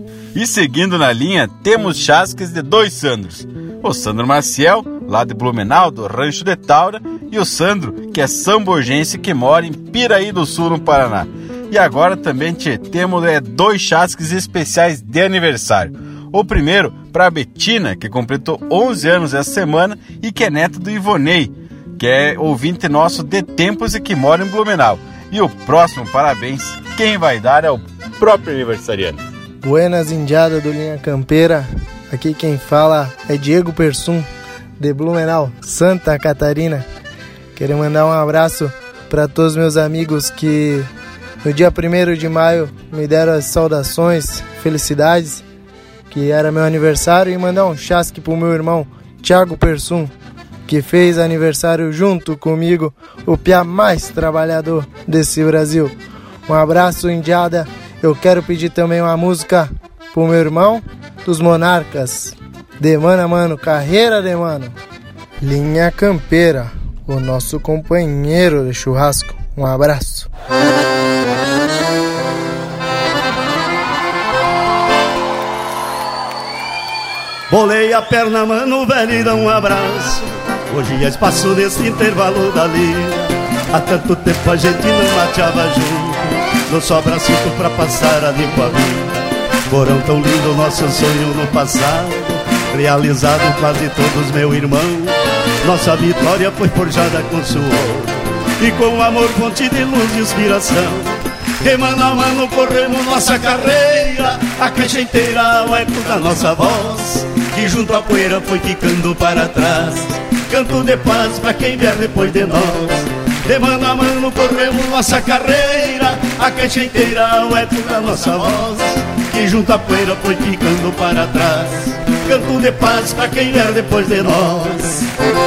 E seguindo na linha, temos chasques de dois Sandros. O Sandro Maciel, lá de Blumenau, do Rancho de Taura, e o Sandro, que é sambogense, que mora em Piraí do Sul, no Paraná. E agora também tchê, temos é, dois chasques especiais de aniversário. O primeiro para a Betina, que completou onze anos essa semana e que é neta do Ivonei, que é ouvinte nosso de tempos e que mora em Blumenau. E o próximo parabéns, quem vai dar é o próprio aniversariante. Buenas indiadas do Linha Campeira, aqui quem fala é Diego Persum, de Blumenau, Santa Catarina. Quero mandar um abraço para todos meus amigos que no dia primeiro de maio me deram as saudações, felicidades, que era meu aniversário, e mandar um chasque pro meu irmão Thiago Persum, que fez aniversário junto comigo, o piá mais trabalhador desse Brasil. Um abraço, indiada. Eu quero pedir também uma música pro meu irmão dos Monarcas, de mano a mano, carreira de mano. Linha Campeira, o nosso companheiro de churrasco. Um abraço. Bolei a perna, mano, velho, e dá um abraço. Hoje é espaço desse intervalo da lida. Há tanto tempo a gente não mateava junto, no só bracito pra passar a limpo a vida. Foram tão lindo nosso sonho no passado, realizado quase todos, meu irmão. Nossa vitória foi forjada com suor e com amor, fonte de luz e inspiração. De mano a mano corremos nossa carreira, a caixa inteira o eco da nossa voz, que junto à poeira foi ficando para trás. Canto de paz pra quem vier depois de nós. De mano a mano corremos nossa carreira, a caixa inteira o eco da nossa voz, que junto à poeira foi ficando para trás. Canto de paz pra quem vier depois de nós.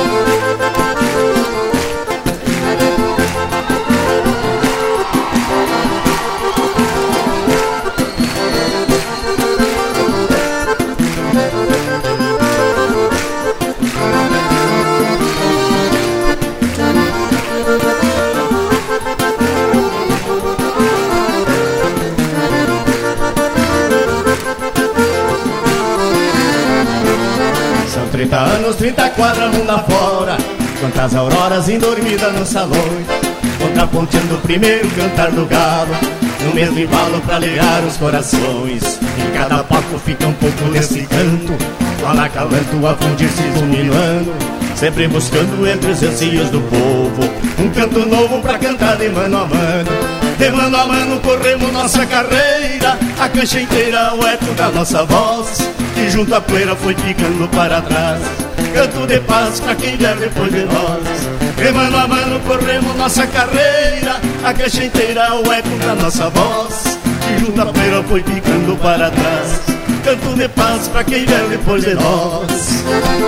Trinta anos, trinta quadras, mundo afora, quantas auroras endormidas no salão, contraponteando o primeiro cantar do galo, no mesmo embalo pra ligar os corações. Em cada palco fica um pouco desse canto, fala calanto a fundir-se iluminando, sempre buscando entre os anseios do povo um canto novo pra cantar de mano a mano. De mano a mano corremos nossa carreira, a cancha inteira o eco da nossa voz, que junto à poeira foi ficando para trás. Canto de paz pra quem vier depois de nós. De mano a mano corremos nossa carreira, a caixa inteira o eco da nossa voz, que junto à poeira foi ficando para trás. Canto de paz pra quem vier depois de nós.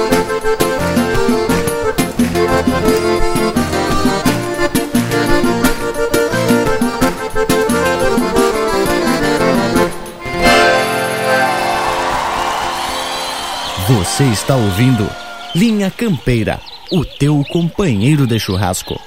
Você está ouvindo Linha Campeira, o teu companheiro de churrasco.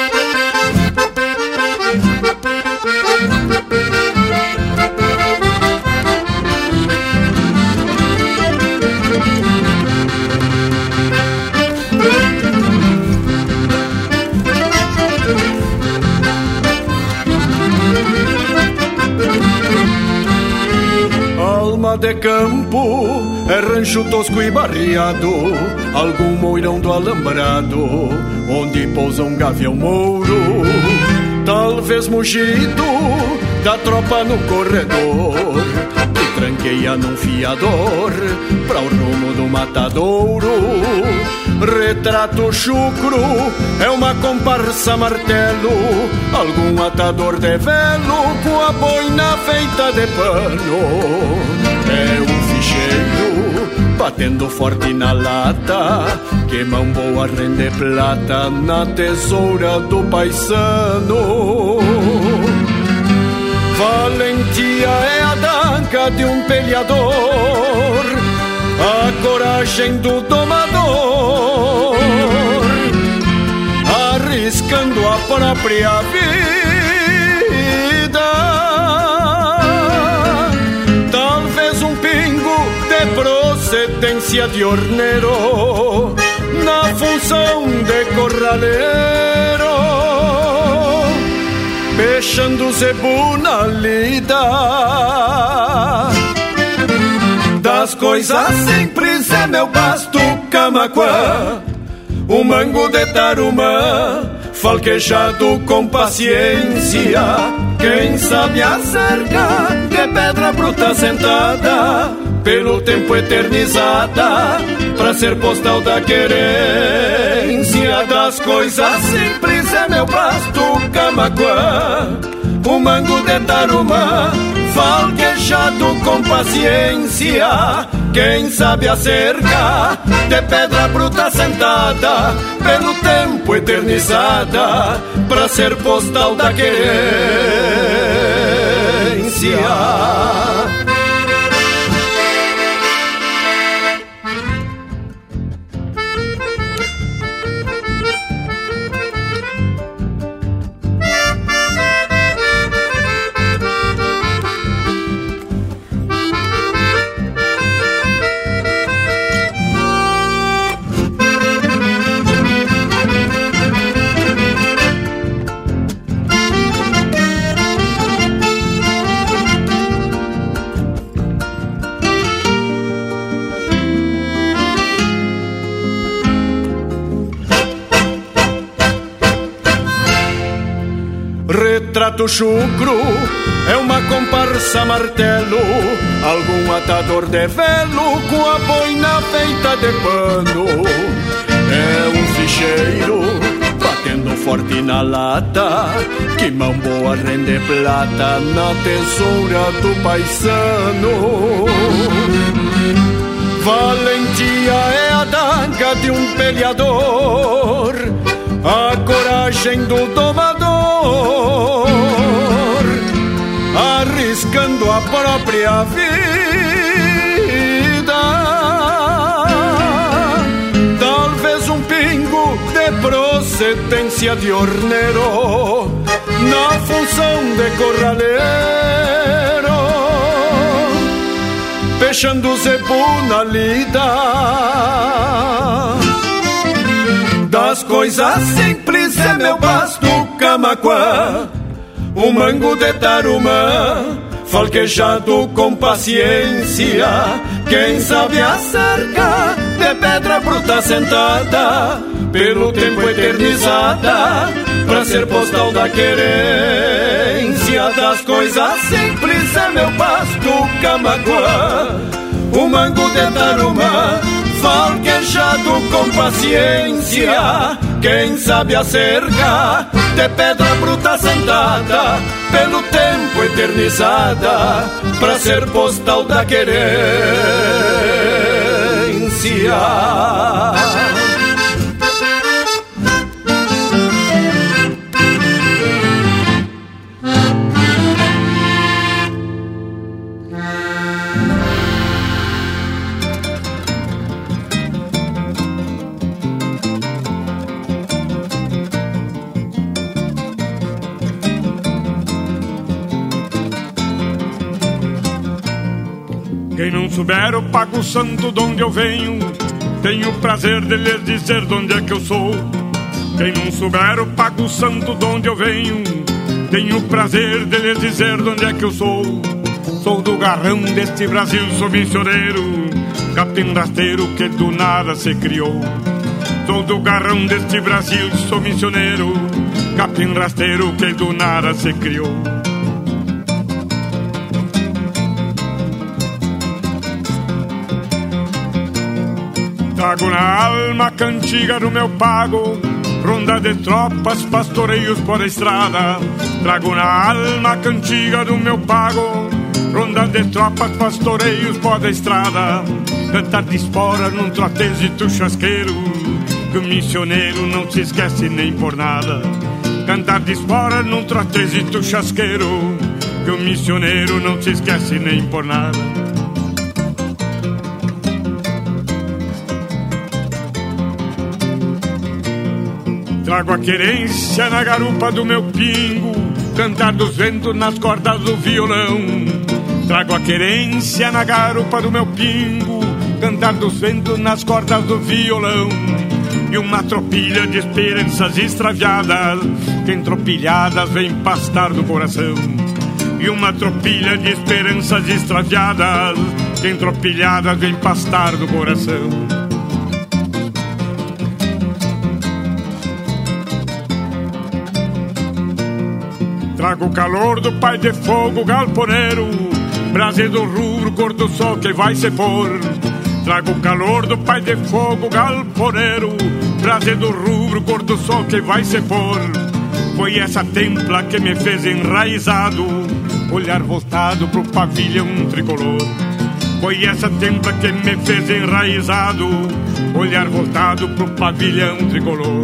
Alma de campo é rancho tosco e barreado, algum moirão do alambrado, onde pousa um gavião mouro, talvez mugido da tropa no corredor, que tranqueia num fiador pra o rumo do matadouro. Retrato chucro é uma comparsa martelo, algum atador de velo com a boina feita de pano. É um ficheiro batendo forte na lata, que mão boa rende plata na tesoura do paisano. Valentia é a danca de um peleador, a coragem do domador, arriscando a própria vida. Talvez um pingo de procedência de horneiro, na função de corraleiro, fechando zebu na lida. Das coisas simples é meu basto camaquã, o mango de tarumã, falquejado com paciência. Quem sabe acerca de pedra bruta sentada, pelo tempo eternizada, pra ser postal da querência das coisas simples. É meu pasto camaquã, o mango de tarumã, falquejado com paciência. Quem sabe acerca de pedra bruta sentada, pelo tempo eternizada, pra ser postal da querência. Retrato chucro é uma comparsa martelo, algum atador de velo com a boina feita de pano. É um ficheiro batendo forte na lata, que mão boa rende plata na tesoura do paisano. Valentia é a daga de um peleador, a coragem do domador, arriscando a própria vida. Talvez um pingo de procedência de horneiro, na função de corraleiro, fechando zebu na lida. Das coisas simples é meu basto camaquã, o mango de tarumã, falquejado com paciência. Quem sabe acerca de pedra bruta sentada, pelo tempo eternizada, pra ser postal da querência. Das coisas simples é meu basto camaquã, o mango de tarumã, falquejado com paciência. Quem sabe acerca de pedra bruta sentada, pelo tempo eternizada, pra ser postal da querência. Quem não souber o pago santo de onde eu venho, tenho o prazer de lhes dizer de onde é que eu sou. Quem não souber o pago santo de onde eu venho, tenho o prazer de lhes dizer de onde é que eu sou. Sou do garrão deste Brasil, sou missioneiro, capim rasteiro que do nada se criou. Sou do garrão deste Brasil, sou missioneiro, capim rasteiro que do nada se criou. Trago na alma a cantiga do meu pago, ronda de tropas, pastoreios por estrada. Trago na alma a cantiga do meu pago, ronda de tropas, pastoreios por estrada. Cantar de espora num trotezito chasqueiro, que o missioneiro não se esquece nem por nada. Cantar de espora num trotezito chasqueiro, que o missioneiro não se esquece nem por nada. Trago a querência na garupa do meu pingo, cantar dos ventos nas cordas do violão. Trago a querência na garupa do meu pingo, cantar dos ventos nas cordas do violão. E uma tropilha de esperanças extraviadas, que entropilhadas vem pastar do coração. E uma tropilha de esperanças extraviadas, que entropilhadas vem pastar do coração. Trago o calor do pai de fogo galponeiro, Braseiro rubro, cor do sol que vai se pôr. Trago o calor do pai de fogo, galponeiro. Braseiro rubro, cor do sol que vai se pôr. Foi essa templa que me fez enraizado, olhar voltado pro pavilhão tricolor. Foi essa templa que me fez enraizado, olhar voltado pro pavilhão tricolor.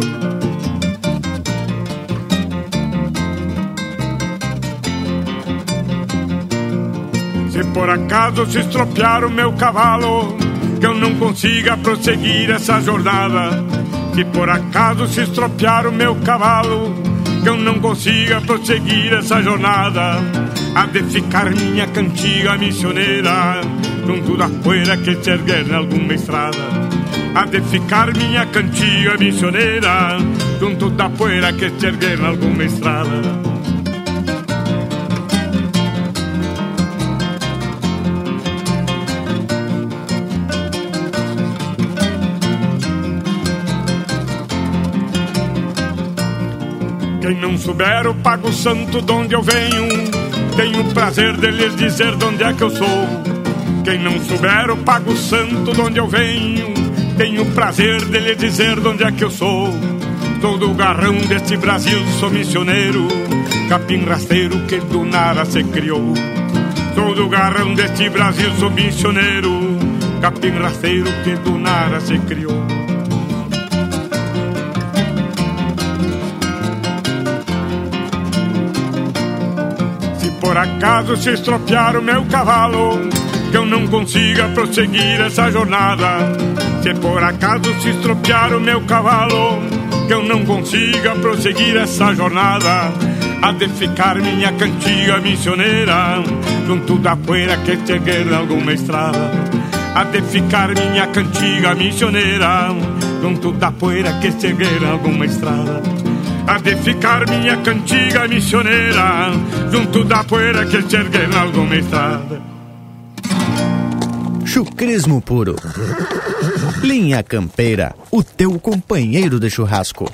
Se por acaso se estropiar o meu cavalo, que eu não consiga prosseguir essa jornada. Se por acaso se estropiar o meu cavalo, que eu não consiga prosseguir essa jornada, há de ficar minha cantiga missioneira junto da poeira que se erguer em alguma estrada. Há de ficar minha cantiga missioneira junto da poeira que se erguer em alguma estrada. Quem não souber o Pago Santo de onde eu venho, tenho o prazer de lhes dizer de onde é que eu sou. Quem não souber o Pago Santo de onde eu venho, tenho o prazer de lhes dizer de onde é que eu sou. Sou do garrão deste Brasil, sou missioneiro, capim rasteiro que do nada se criou. Sou do garrão deste Brasil, sou missioneiro, capim rasteiro que do nada se criou. Por acaso se estropiar o meu cavalo, que eu não consiga prosseguir essa jornada. Se por acaso se estropiar o meu cavalo, que eu não consiga prosseguir essa jornada, há de ficar minha cantiga missioneira junto da poeira que se erguer em alguma estrada. Há de ficar minha cantiga missioneira junto da poeira que se erguer em alguma estrada. Há de ficar minha cantiga missioneira junto da poeira que se ergue em alguma estrada. Chucrismo puro. Linha Campeira, o teu companheiro de churrasco.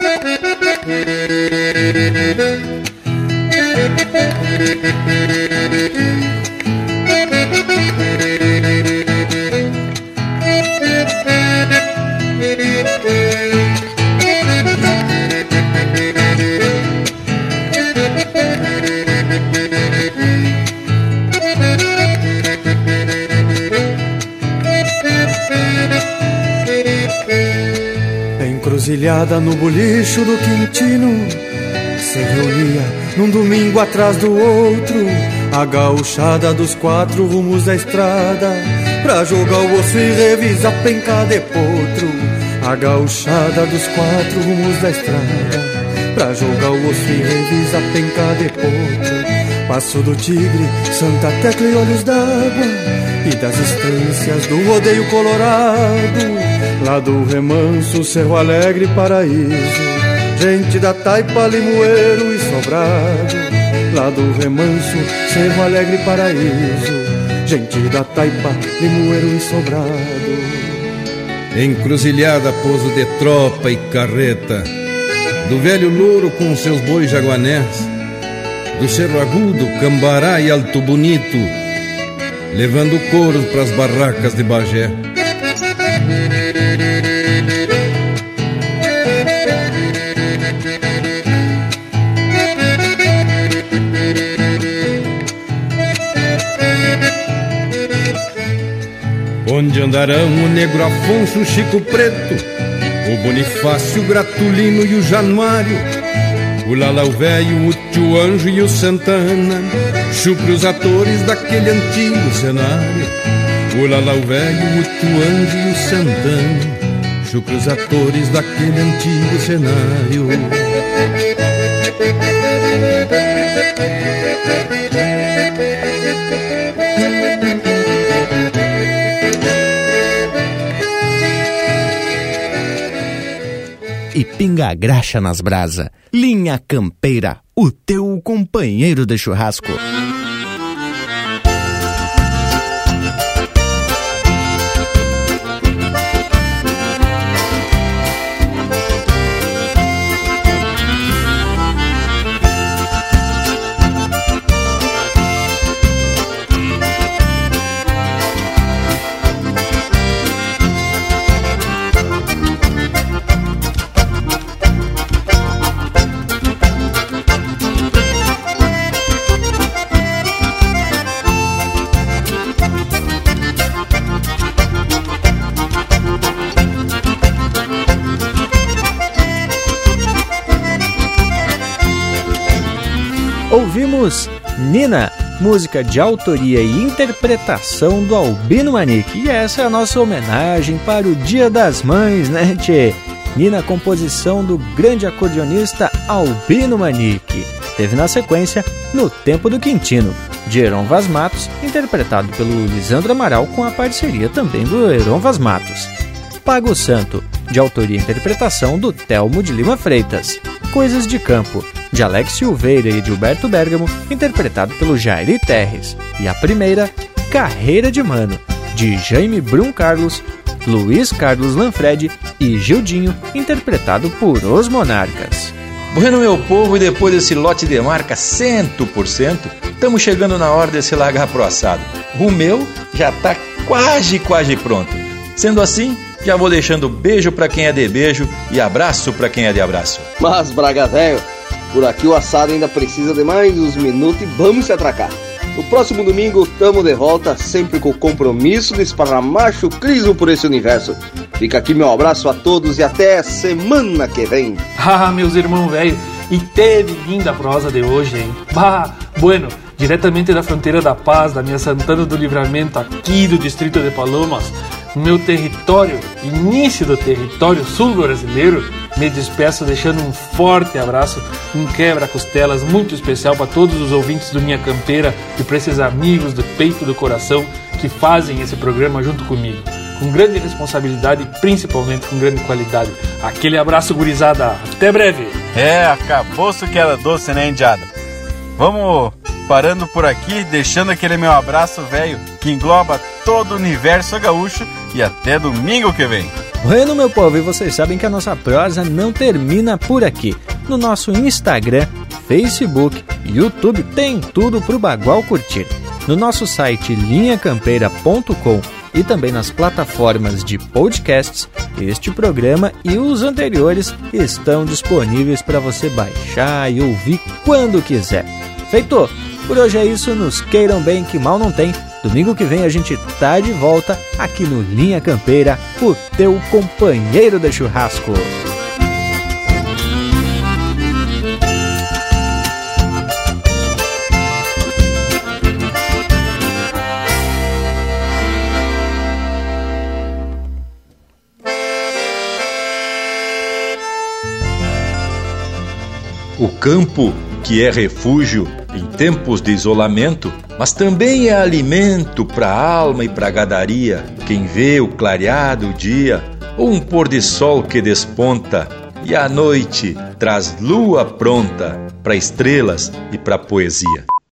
Encruzilhada no bolicho do Quintino, se reunia num domingo atrás do outro, a gauchada dos quatro rumos da estrada, pra jogar o osso e revisar penca de potro. A gauchada dos quatro rumos da estrada, pra jogar o osso e revisar penca de potro. Passo do Tigre, Santa Tecla e Olhos d'Água, e das estâncias do rodeio colorado, lá do Remanso, Cerro Alegre, Paraíso, gente da Taipa, Limoeiro e Sobrado. Lá do Remanso, Cerro Alegre, Paraíso, gente da Taipa, Limoeiro e Sobrado. Encruzilhada, pouso de tropa e carreta, do velho louro com seus bois jaguanés, do Cerro Agudo, Cambará e Alto Bonito, levando couro pras barracas de Bagé. Onde andarão o Negro Afonso, o Chico Preto, o Bonifácio, o Gratulino e o Januário, o Lalau Velho, o Tio Anjo e o Santana, chupre os atores daquele antigo cenário. O Lalau Velho, o Tio Anjo e o Santana, chupre os atores daquele antigo cenário. E pinga a graxa nas brasa. Linha Campeira, o teu companheiro de churrasco. ouvimos Nina, música de autoria e interpretação do Albino Manique. E essa é a nossa homenagem para o Dia das Mães, né, tchê? Nina, composição do grande acordeonista Albino Manique. Teve na sequência No Tempo do Quintino, de Heron Vaz Matos, interpretado pelo Lisandro Amaral com a parceria também do Heron Vaz Matos. Pago Santo, de autoria e interpretação do Telmo de Lima Freitas. Coisas de Campo, de Alex Silveira e Gilberto Bergamo, interpretado pelo Jairi Terres. E a primeira, Carreira de Mano, de Jaime Brum Carlos, Luiz Carlos Lanfredi e Gildinho, interpretado por Os Monarcas. Bueno, meu povo, e depois desse lote de marca cem por cento, estamos chegando na hora de se largar pro assado. O meu já tá quase, quase pronto. Sendo assim, já vou deixando beijo pra quem é de beijo e abraço pra quem é de abraço. Mas, Braga Velho, por aqui o assado ainda precisa de mais uns minutos e vamos se atracar. No próximo domingo, tamo de volta, sempre com o compromisso de esparramar chucrismo por esse universo. Fica aqui meu abraço a todos e até semana que vem. Ah, meus irmãos velho, e teve linda prosa de hoje, hein? Bah, bueno, diretamente da fronteira da Paz, da minha Santana do Livramento, aqui do distrito de Palomas, meu território, início do território sul brasileiro, me despeço deixando um forte abraço, um quebra-costelas muito especial para todos os ouvintes do Linha Campeira e para esses amigos do peito do coração que fazem esse programa junto comigo, com grande responsabilidade e principalmente com grande qualidade. Aquele abraço, gurizada, até breve! É, acabou-se que era doce, né, indiada? Vamos parando por aqui, deixando aquele meu abraço velho que engloba todo o universo gaúcho e até domingo que vem. Bueno, meu povo, e vocês sabem que a nossa prosa não termina por aqui. No nosso Instagram, Facebook, YouTube, tem tudo pro Bagual curtir. No nosso site linha campeira ponto com e também nas plataformas de podcasts, este programa e os anteriores estão disponíveis para você baixar e ouvir quando quiser. Feito! Por hoje é isso, nos queiram bem que mal não tem. Domingo que vem a gente tá de volta aqui no Linha Campeira, o teu companheiro de churrasco. O campo, que é refúgio em tempos de isolamento, mas também é alimento para a alma e para a gadaria. Quem vê o clareado dia ou um pôr de sol que desponta e à noite traz lua pronta para estrelas e para poesia.